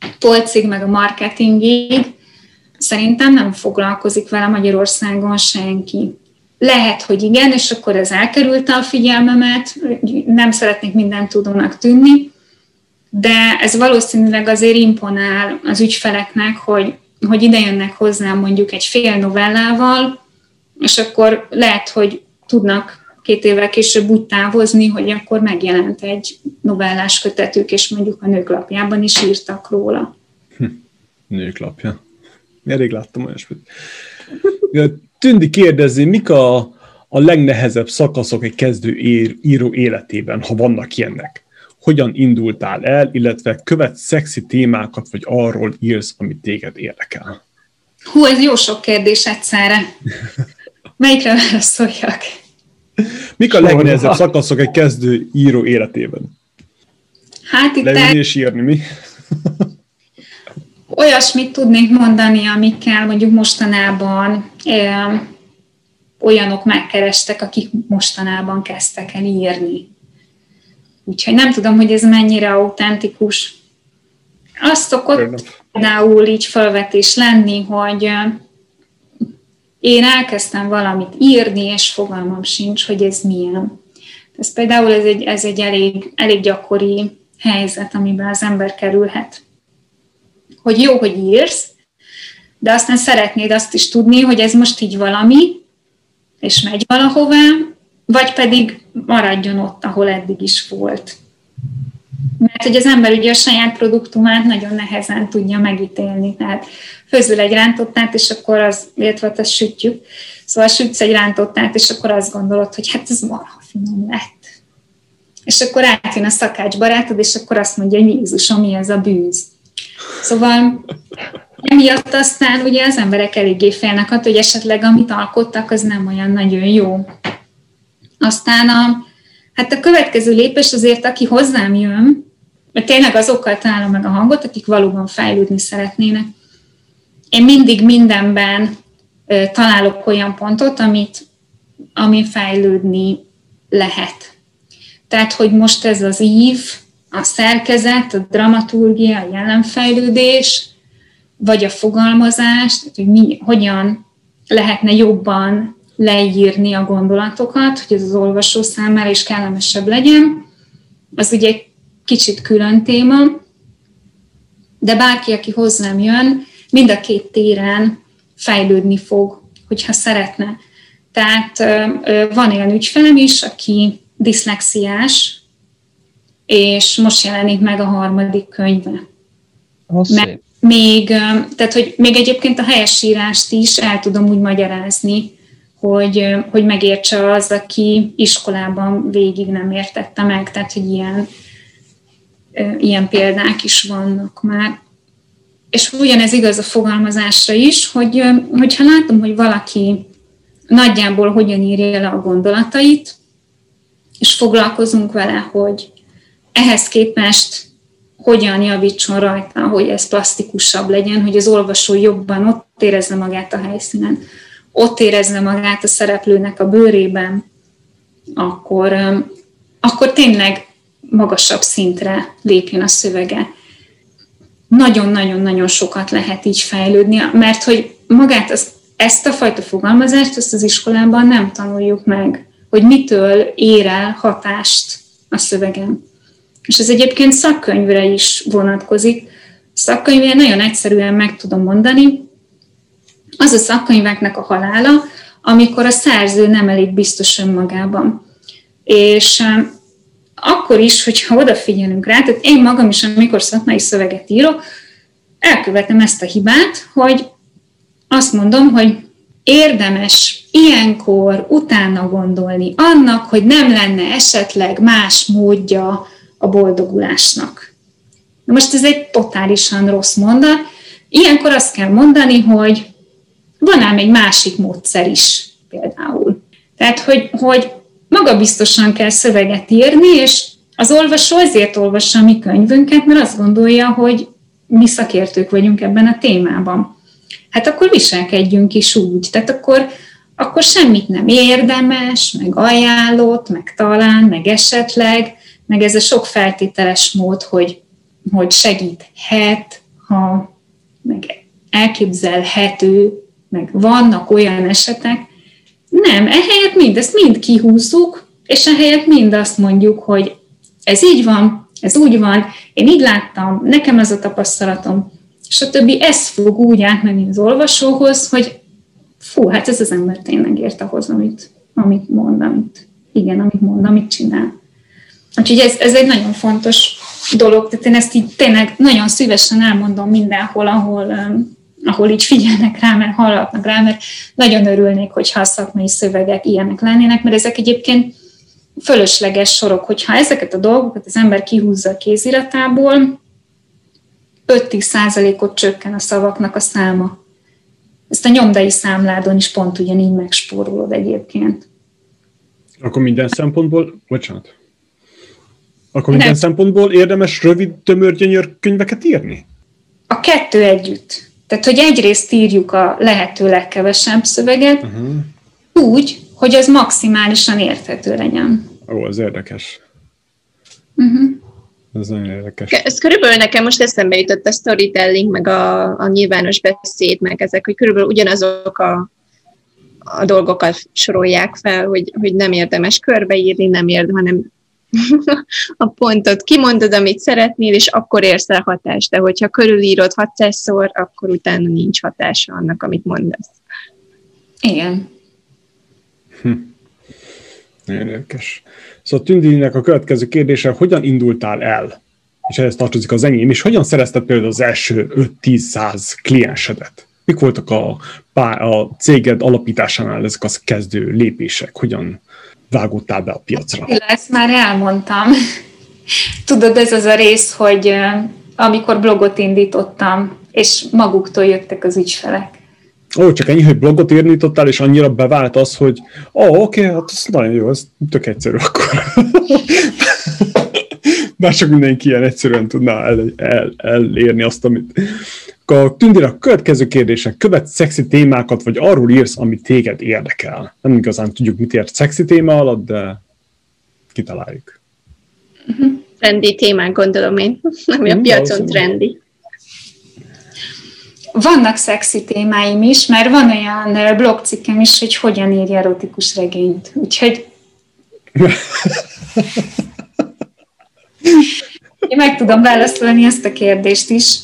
S4: polcig, meg a marketingig, szerintem nem foglalkozik vele Magyarországon senki. Lehet, hogy igen, és akkor ez elkerülte a figyelmemet, nem szeretnék mindent tudónak tűnni, de ez valószínűleg azért imponál az ügyfeleknek, hogy, hogy ide jönnek hozzám mondjuk egy fél novellával, és akkor lehet, hogy tudnak két évvel később úgy távozni, hogy akkor megjelent egy novellás kötetük, és mondjuk a Nőklapjában is írtak róla.
S2: Hm. Nőklapja. Elég láttam olyasmit. Tündi kérdezi, mik a, a legnehezebb szakaszok egy kezdő ér, író életében, ha vannak ilyenek? Hogyan indultál el, illetve követsz szexi témákat, vagy arról írsz, amit téged érdekel?
S4: Hú, ez jó sok kérdés egyszerre. Melyikre válaszoljak?
S2: Mik a legnehezebb szakaszok egy kezdő író életében?
S4: Hát itt
S2: leülni és írni, mi?
S4: Olyasmit tudnék mondani, amikkel mondjuk mostanában ö, olyanok megkerestek, akik mostanában kezdtek el írni. Úgyhogy nem tudom, hogy ez mennyire autentikus. Azt szokott például így felvetés lenni, hogy ö, én elkezdtem valamit írni, és fogalmam sincs, hogy ez milyen. Ez például ez egy, ez egy elég, elég gyakori helyzet, amiben az ember kerülhet. Hogy jó, hogy írsz, de aztán szeretnéd azt is tudni, hogy ez most így valami, és megy valahová, vagy pedig maradjon ott, ahol eddig is volt. Mert hogy az ember ugye a saját produktumát nagyon nehezen tudja megítélni. Tehát főzül egy rántottát, és akkor az, illetve azt sütjük, szóval sütsz egy rántottát, és akkor azt gondolod, hogy hát ez marha finom lett. És akkor átjön a szakács barátod, és akkor azt mondja, hogy Jézusom, mi ez a bűz. Szóval emiatt aztán ugye az emberek eléggé félnek attól, hogy esetleg amit alkottak, az nem olyan nagyon jó. Aztán a, hát a következő lépés azért, aki hozzám jön, mert tényleg azokkal találom meg a hangot, akik valóban fejlődni szeretnének. Én mindig mindenben ö, találok olyan pontot, amit, amin fejlődni lehet. Tehát, hogy most ez az ív, a szerkezet, a dramaturgia, a jelenfejlődés, vagy a fogalmazás, tehát, hogy mi, hogyan lehetne jobban leírni a gondolatokat, hogy ez az olvasó számára is kellemesebb legyen. Az ugye egy kicsit külön téma, de bárki, aki hozzám jön, mind a két téren fejlődni fog, hogyha szeretne. Tehát van olyan ügyfelem is, aki diszlexiás, és most jelenik meg a harmadik könyve. Mert még, tehát, hogy még egyébként a helyesírást is el tudom úgy magyarázni, hogy, hogy megértse az, aki iskolában végig nem értette meg, tehát, hogy ilyen, ilyen példák is vannak már. És ugyanez igaz a fogalmazásra is, hogy, hogyha látom, hogy valaki nagyjából hogyan írja le a gondolatait, és foglalkozunk vele, hogy ehhez képest hogyan javítson rajta, hogy ez plastikusabb legyen, hogy az olvasó jobban ott érezze magát a helyszínen, ott érezze magát a szereplőnek a bőrében, akkor, akkor tényleg magasabb szintre lépjen a szövege. Nagyon-nagyon-nagyon sokat lehet így fejlődni, mert hogy magát az, ezt a fajta fogalmazást, ezt az iskolában nem tanuljuk meg, hogy mitől ér el hatást a szövegen. És ez egyébként szakkönyvre is vonatkozik. Szakkönyvén nagyon egyszerűen meg tudom mondani, az a szakkönyveknek a halála, amikor a szerző nem elég biztos önmagában. És akkor is, hogyha odafigyelünk rá, tehát én magam is, amikor szakmai szöveget írok, elkövetem ezt a hibát, hogy azt mondom, hogy érdemes ilyenkor utána gondolni annak, hogy nem lenne esetleg más módja a boldogulásnak. Na most ez egy totálisan rossz mondat. Ilyenkor azt kell mondani, hogy van ám egy másik módszer is például. Tehát, hogy, hogy magabiztosan kell szöveget írni, és az olvasó ezért olvassa a mi könyvünket, mert azt gondolja, hogy mi szakértők vagyunk ebben a témában. Hát akkor viselkedjünk is úgy. Tehát akkor, akkor semmit nem érdemes, meg ajánlott, meg talán, meg esetleg, meg ez a sok feltételes mód, hogy, hogy segíthet, ha meg elképzelhető, meg vannak olyan esetek, nem, ehelyett mindezt mind kihúzzuk, és ehelyett mind azt mondjuk, hogy ez így van, ez úgy van, én így láttam, nekem ez a tapasztalatom, és a többi ez fog úgy átmenni az olvasóhoz, hogy fú, hát ez az ember tényleg ért ahhoz, amit, amit mond, amit, igen, amit mond, amit csinál. Úgyhogy ez, ez egy nagyon fontos dolog, tehát én ezt így tényleg nagyon szívesen elmondom mindenhol, ahol, um, ahol így figyelnek rá, mert hallgatnak rá, mert nagyon örülnék, hogyha a szakmai szövegek ilyenek lennének, mert ezek egyébként fölösleges sorok, hogyha ezeket a dolgokat az ember kihúzza a kéziratából, öt-tíz százalékot csökken a szavaknak a száma. Ezt a nyomdai számládon is pont ugyanígy megspórolod egyébként.
S2: Akkor minden szempontból, bocsánat, akkor minden Nem. szempontból érdemes rövid, tömör, gyönyör könyveket írni?
S4: A kettő együtt. Tehát, hogy egyrészt írjuk a lehető legkevesebb szöveget, uh-huh. úgy, hogy az maximálisan érthető legyen.
S2: Ó, ez érdekes.
S4: Uh-huh.
S2: Ez nagyon érdekes.
S5: Ez körülbelül nekem most eszembe jutott a storytelling, meg a, a nyilvános beszéd, meg ezek, hogy körülbelül ugyanazok a, a dolgokat sorolják fel, hogy, hogy nem érdemes körbeírni, nem érdemes, hanem a pontot kimondod, amit szeretnél, és akkor érsz el hatást. De hogyha körülírod hatszázszor, akkor utána nincs hatása annak, amit mondasz.
S4: Igen.
S2: Hm. Nagyon érdekes. Szóval Tündinek a következő kérdése, hogyan indultál el? És ehhez tartozik az enyém, és hogyan szerezted például az első öt-tíz-száz kliensedet? Mik voltak a, a céged alapításánál ezek az kezdő lépések? Hogyan vágódtál be a piacra?
S4: Ezt már elmondtam. Tudod, ez az a rész, hogy amikor blogot indítottam, és maguktól jöttek az ügyfelek.
S2: Ó, csak ennyi, hogy blogot indítottál, és annyira bevált az, hogy ó, oké, okay, hát ez nagyon jó, ez tök egyszerű akkor. Bár csak mindenki ilyen egyszerűen tudná el, el, elérni azt, amit... A Tündira következő kérdések, követ szexi témákat, vagy arról írsz, ami téged érdekel? Nem igazán tudjuk, mit ért szexi téma alatt, de kitaláljuk.
S5: Trendi témák, gondolom én, ami a piacon trendi.
S4: Vannak szexi témáim is, mert van olyan blogcikkem is, hogy hogyan írja erotikus regényt. Úgyhogy én meg tudom válaszolni ezt a kérdést is.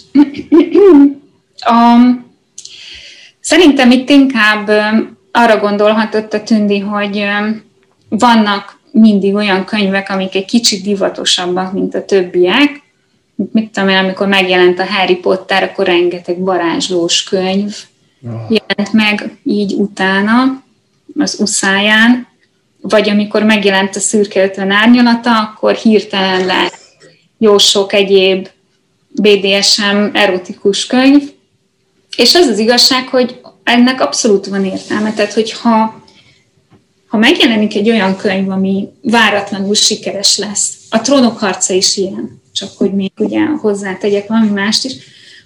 S4: Um, szerintem itt inkább um, arra gondolhatott a Tündi, hogy um, vannak mindig olyan könyvek, amik egy kicsit divatosabbak, mint a többiek. Mit tudom én, amikor megjelent a Harry Potter, akkor rengeteg varázslós könyv oh. jelent meg így utána, az uszáján, vagy amikor megjelent a Szürke ötven árnyalata, akkor hirtelen lett jó sok egyéb bé dé es em erotikus könyv, és az az igazság, hogy ennek abszolút van értelme, tehát hogyha ha megjelenik egy olyan könyv, ami váratlanul sikeres lesz, a Trónok harca is ilyen, csak hogy még ugye hozzátegyek valami mást is,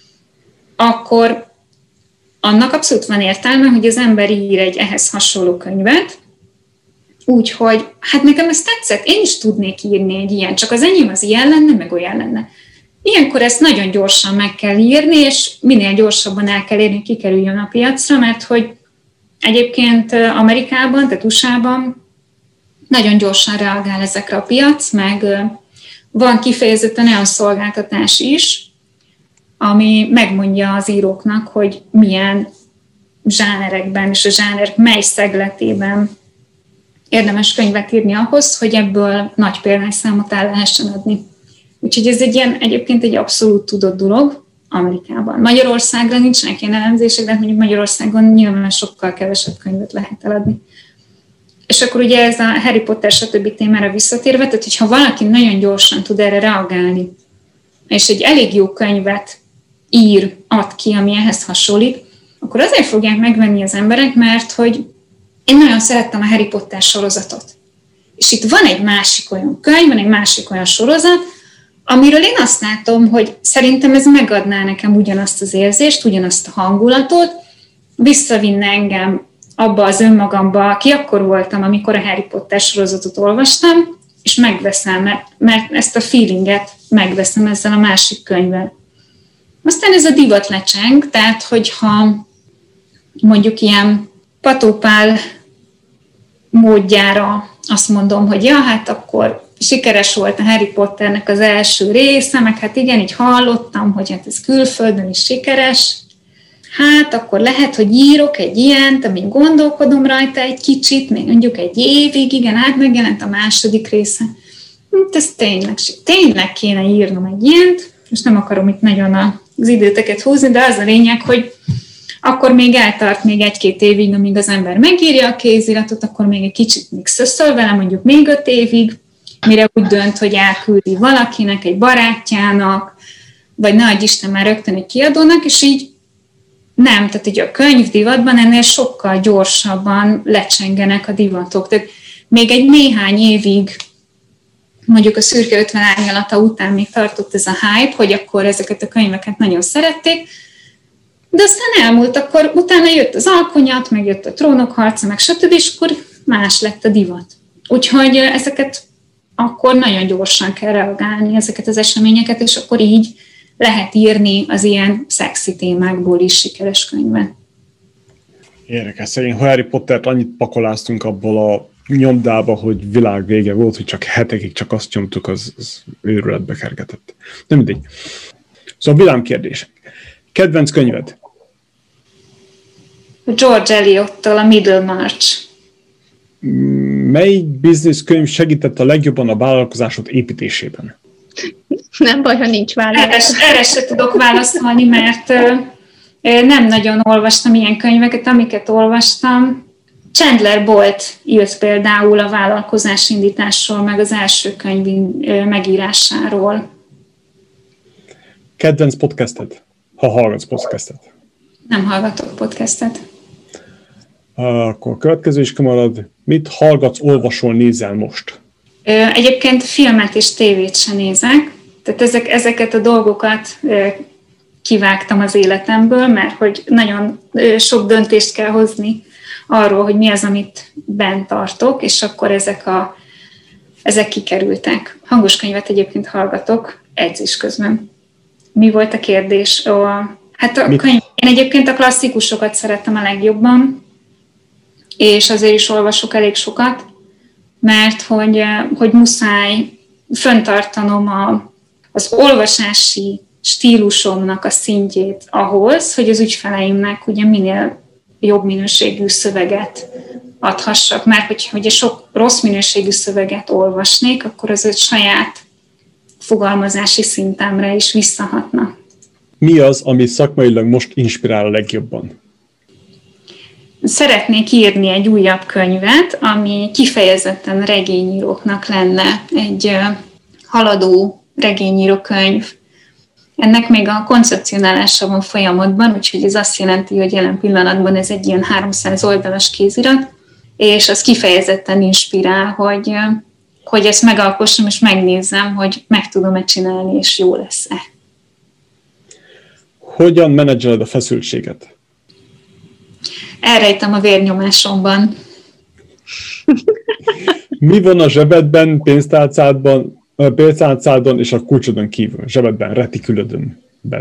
S4: akkor annak abszolút van értelme, hogy az ember ír egy ehhez hasonló könyvet, úgyhogy hát nekem ez tetszett, én is tudnék írni egy ilyen, csak az enyém az ilyen lenne, meg olyan lenne. Ilyenkor ezt nagyon gyorsan meg kell írni, és minél gyorsabban el kell érni, kikerüljön a piacra, mert hogy egyébként Amerikában, tehát u es á-ban nagyon gyorsan reagál ezekre a piac, meg van kifejezetten olyan szolgáltatás is, ami megmondja az íróknak, hogy milyen zsánerekben és a zsánerek mely szegletében érdemes könyvet írni ahhoz, hogy ebből nagy példányszámot el lehessen adni. Úgyhogy ez egy ilyen, egyébként egy abszolút tudott dolog Amerikában. Magyarországra nincsenek ilyen elemzések, de mondjuk Magyarországon nyilván sokkal kevesebb könyvet lehet eladni. És akkor ugye ez a Harry Potter stb. Témára visszatérve, tehát hogyha valaki nagyon gyorsan tud erre reagálni, és egy elég jó könyvet ír, ad ki, ami ehhez hasonlít, akkor azért fogják megvenni az emberek, mert hogy én nagyon szerettem a Harry Potter sorozatot. És itt van egy másik olyan könyv, van egy másik olyan sorozat, amiről én azt látom, hogy szerintem ez megadná nekem ugyanazt az érzést, ugyanazt a hangulatot, visszavinne engem abba az önmagamba, aki akkor voltam, amikor a Harry Potter sorozatot olvastam, és megveszem, mert, mert ezt a feelinget megveszem ezzel a másik könyvvel. Aztán ez a divat lecseng, tehát hogyha mondjuk ilyen patópál módjára azt mondom, hogy ja, hát akkor sikeres volt a Harry Potternek az első része, meg hát igen, így hallottam, hogy hát ez külföldön is sikeres, hát akkor lehet, hogy írok egy ilyent, amíg gondolkodom rajta egy kicsit, még mondjuk egy évig, igen, hát megjelent a második része. Hát ez tényleg, tényleg kéne írnom egy ilyent, most nem akarom itt nagyon az időteket húzni, de az a lényeg, hogy akkor még eltart még egy-két évig, amíg az ember megírja a kéziratot, akkor még egy kicsit még szöszöl vele, mondjuk még öt évig, mire úgy dönt, hogy elküldi valakinek, egy barátjának, vagy ne adj Isten már rögtön egy kiadónak, és így nem, tehát ugye a könyvdivatban ennél sokkal gyorsabban lecsengenek a divatok. Tehát még egy néhány évig, mondjuk a Szürke ötven árnyalata után még tartott ez a hype, hogy akkor ezeket a könyveket nagyon szerették, de aztán elmúlt, akkor utána jött az Alkonyat, meg jött a Trónok harca, meg stb., és akkor más lett a divat. Úgyhogy ezeket akkor nagyon gyorsan kell reagálni, ezeket az eseményeket, és akkor így lehet írni az ilyen szexi témákból is sikeres könyvet.
S2: Érdekes, szerint Harry Pottert annyit pakoláztunk abból a nyomdába, hogy világ vége volt, hogy csak hetekig csak azt nyomtuk, az, az őrületbe kergetett. Nem mindegy. Szóval villámkérdések. Kedvenc könyved?
S4: George Eliot-tól a Middlemarch.
S2: Melyik bizniszkönyv segített a legjobban a vállalkozásod építésében?
S5: Nem baj, ha nincs válasz.
S4: Erre, erre se tudok válaszolni, mert ö, nem nagyon olvastam ilyen könyveket, amiket olvastam. Chandler Bolt írt például a vállalkozásindításról, meg az első könyv megírásáról.
S2: Kedvenc podcasted? Ha hallgatsz podcastet.
S4: Nem hallgatok podcastet.
S2: Akkor a következő is kimarad. Mit hallgatsz, olvasol, nézel most?
S4: Egyébként filmet és tévét sem nézek. Tehát ezek, ezeket a dolgokat kivágtam az életemből, mert hogy nagyon sok döntést kell hozni arról, hogy mi az, amit bent tartok, és akkor ezek, a, ezek kikerültek. Hangos könyvet egyébként hallgatok edzés közben. Mi volt a kérdés? Ó, hát a könyv, én egyébként a klasszikusokat szerettem a legjobban, és azért is olvasok elég sokat, mert hogy, hogy muszáj föntartanom a, az olvasási stílusomnak a szintjét ahhoz, hogy az ügyfeleimnek ugye minél jobb minőségű szöveget adhassak. Mert hogy, hogy sok rossz minőségű szöveget olvasnék, akkor az egy saját fogalmazási szintemre is visszahatna.
S2: Mi az, ami szakmailag most inspirál a legjobban?
S4: Szeretnék írni egy újabb könyvet, ami kifejezetten regényíróknak lenne egy haladó regényíró könyv. Ennek még a koncepcionálása van folyamatban, úgyhogy ez azt jelenti, hogy jelen pillanatban ez egy ilyen háromszáz oldalas kézirat, és az kifejezetten inspirál, hogy, hogy ezt megalkossam, és megnézzem, hogy meg tudom-e csinálni, és jó lesz-e.
S2: Hogyan menedzseled a feszültséget?
S4: Elrejtem a vérnyomásomban.
S2: Mi van a zsebedben, pénztárcádban, pénztárcádon és a kulcsodon kívül? Zsebedben, retikülödön.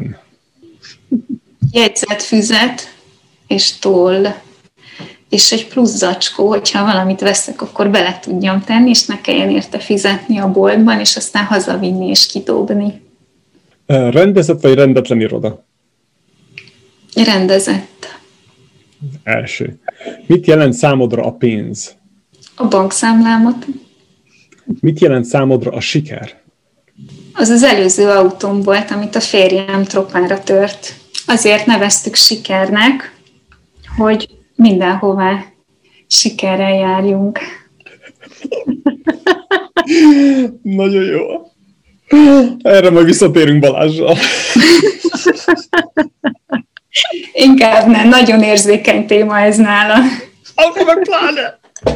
S4: Jegyzetfüzet és toll, és egy plusz zacskó, hogyha valamit veszek, akkor bele tudjam tenni, és ne kelljen érte fizetni a boltban, és aztán hazavinni és kidobni.
S2: Rendezett vagy rendetlen iroda?
S4: Rendezett.
S2: Első. Mit jelent számodra a pénz?
S4: A bankszámlámot.
S2: Mit jelent számodra a siker?
S4: Az az előző autóm volt, amit a férjem tropára tört. Azért neveztük sikernek, hogy mindenhová sikerrel járjunk.
S2: Nagyon jó. Erre majd visszatérünk Balázsral.
S4: Inkább nem, nagyon érzékeny téma ez nála.
S2: Akkor meg pláne!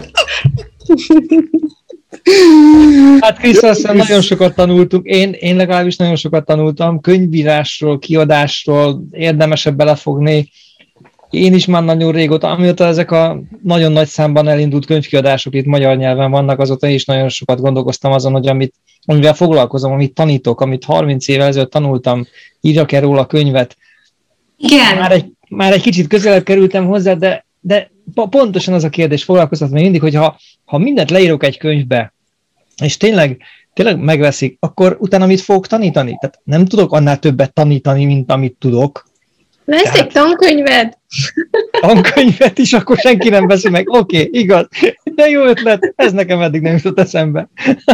S3: Hát Krisztus, nagyon sokat tanultunk, én, én legalábbis nagyon sokat tanultam, könyvírásról, kiadásról, érdemesebb belefogni. Én is már nagyon régóta, amióta ezek a nagyon nagy számban elindult könyvkiadások itt magyar nyelven vannak, azóta is nagyon sokat gondolkoztam azon, hogy amit amivel foglalkozom, amit tanítok, amit harminc évvel ezelőtt tanultam, írjak-e róla könyvet.
S4: Igen.
S3: Már egy, már egy kicsit közelebb kerültem hozzá, de, de pontosan az a kérdés foglalkoztat még mindig, hogy ha, ha mindent leírok egy könyvbe, és tényleg, tényleg megveszik, akkor utána mit fogok tanítani? Tehát nem tudok annál többet tanítani, mint amit tudok.
S5: Lesz Tehát... egy tankönyved?
S3: Tankönyvet is, akkor senki nem veszi meg. Oké, okay, igaz. De jó ötlet, ez nekem eddig nem jutott eszembe.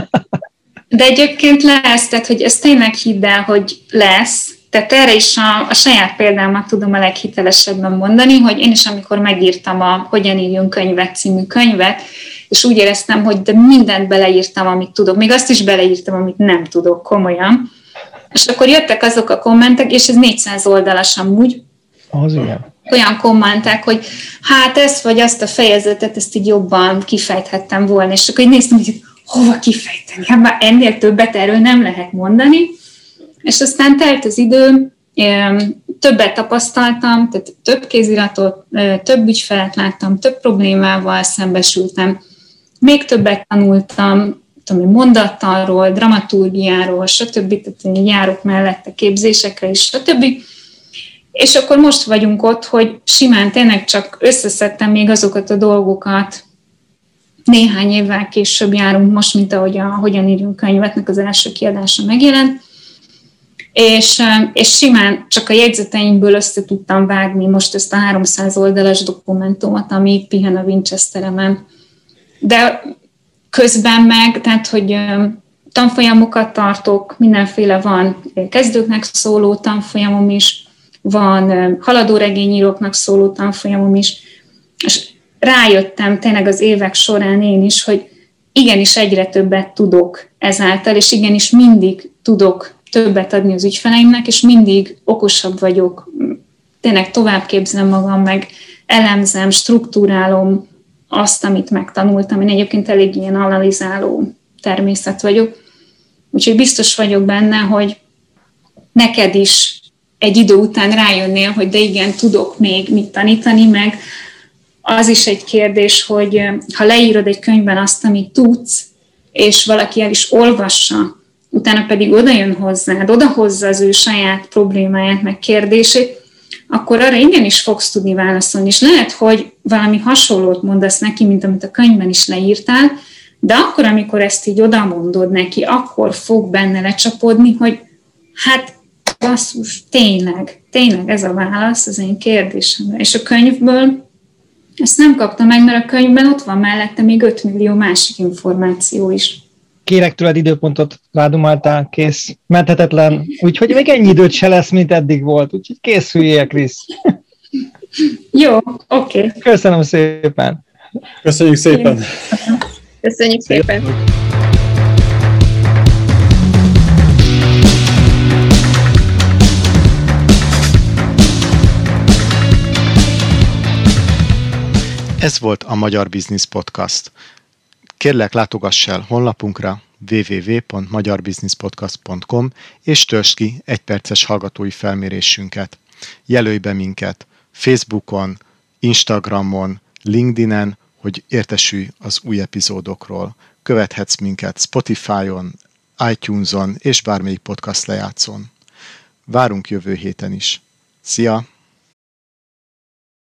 S4: De egyébként lesz, tehát hogy ez tényleg hidd el, hogy lesz. Tehát erre is a, a saját példámat tudom a leghitelesebben mondani, hogy én is amikor megírtam a Hogyan írjunk könyvet című könyvet, és úgy éreztem, hogy de mindent beleírtam, amit tudok. Még azt is beleírtam, amit nem tudok, komolyan. És akkor jöttek azok a kommentek, és ez négyszáz oldalas amúgy.
S3: Az igen.
S4: Olyan kommentek, hogy hát ezt vagy azt a fejezetet, ezt így jobban kifejthettem volna. És akkor így néztem, hogy hova kifejteni? Hát már ennél többet erről nem lehet mondani. És aztán telt az idő, többet tapasztaltam, tehát több kéziratot, több ügyfelet láttam, több problémával szembesültem, még többet tanultam, tudom, mondattalról, dramaturgiáról, stb. Tehát járok mellette képzésekre is, stb. És akkor most vagyunk ott, hogy simán tényleg csak összeszedtem még azokat a dolgokat, néhány évvel később járunk most, mint ahogy a Hogyan írjunk könyvetnek az első kiadása megjelent, és, és simán csak a jegyzeteimből össze tudtam vágni most ezt a háromszáz oldalas dokumentumot, ami pihen a Winchesteremen. De közben meg, tehát, hogy tanfolyamokat tartok, mindenféle van kezdőknek szóló tanfolyamom is, van haladó regényíróknak szóló tanfolyamom is, és rájöttem tényleg az évek során én is, hogy igenis egyre többet tudok ezáltal, és igenis mindig tudok többet adni az ügyfeleimnek, és mindig okosabb vagyok, tényleg tovább képzem magam, meg elemzem, struktúrálom azt, amit megtanultam. Én egyébként elég ilyen analizáló természet vagyok, úgyhogy biztos vagyok benne, hogy neked is egy idő után rájönnél, hogy de igen, tudok még mit tanítani, meg az is egy kérdés, hogy ha leírod egy könyvben azt, amit tudsz, és valaki el is olvassa, utána pedig oda jön hozzád, odahozza az ő saját problémáját, meg kérdését, akkor arra igenis fogsz tudni válaszolni. És lehet, hogy valami hasonlót mondasz neki, mint amit a könyvben is leírtál, de akkor, amikor ezt így odamondod neki, akkor fog benne lecsapódni, hogy hát basszus, tényleg, tényleg ez a válasz az én kérdésemre. És a könyvből ezt nem kaptam meg, mert a könyvben ott van mellette még öt millió másik információ is.
S3: Kérek tőled időpontot, rádumáltál, kész, menthetetlen, úgyhogy még ennyi időt se lesz, mint eddig volt, úgyhogy készüljél, Krisz.
S4: Jó, oké. Okay.
S3: Köszönöm szépen.
S2: Köszönjük szépen.
S5: Köszönjük szépen.
S1: Ez volt a Magyar Biznisz Podcast. Kérlek, látogass el honlapunkra double-u double-u double-u pont magyar biznisz podcast pont com és töltsd ki egyperces hallgatói felmérésünket. Jelölj be minket Facebookon, Instagramon, LinkedInen, hogy értesülj az új epizódokról. Követhetsz minket Spotify-on, iTunes-on és bármelyik podcast lejátszón. Várunk jövő héten is. Szia!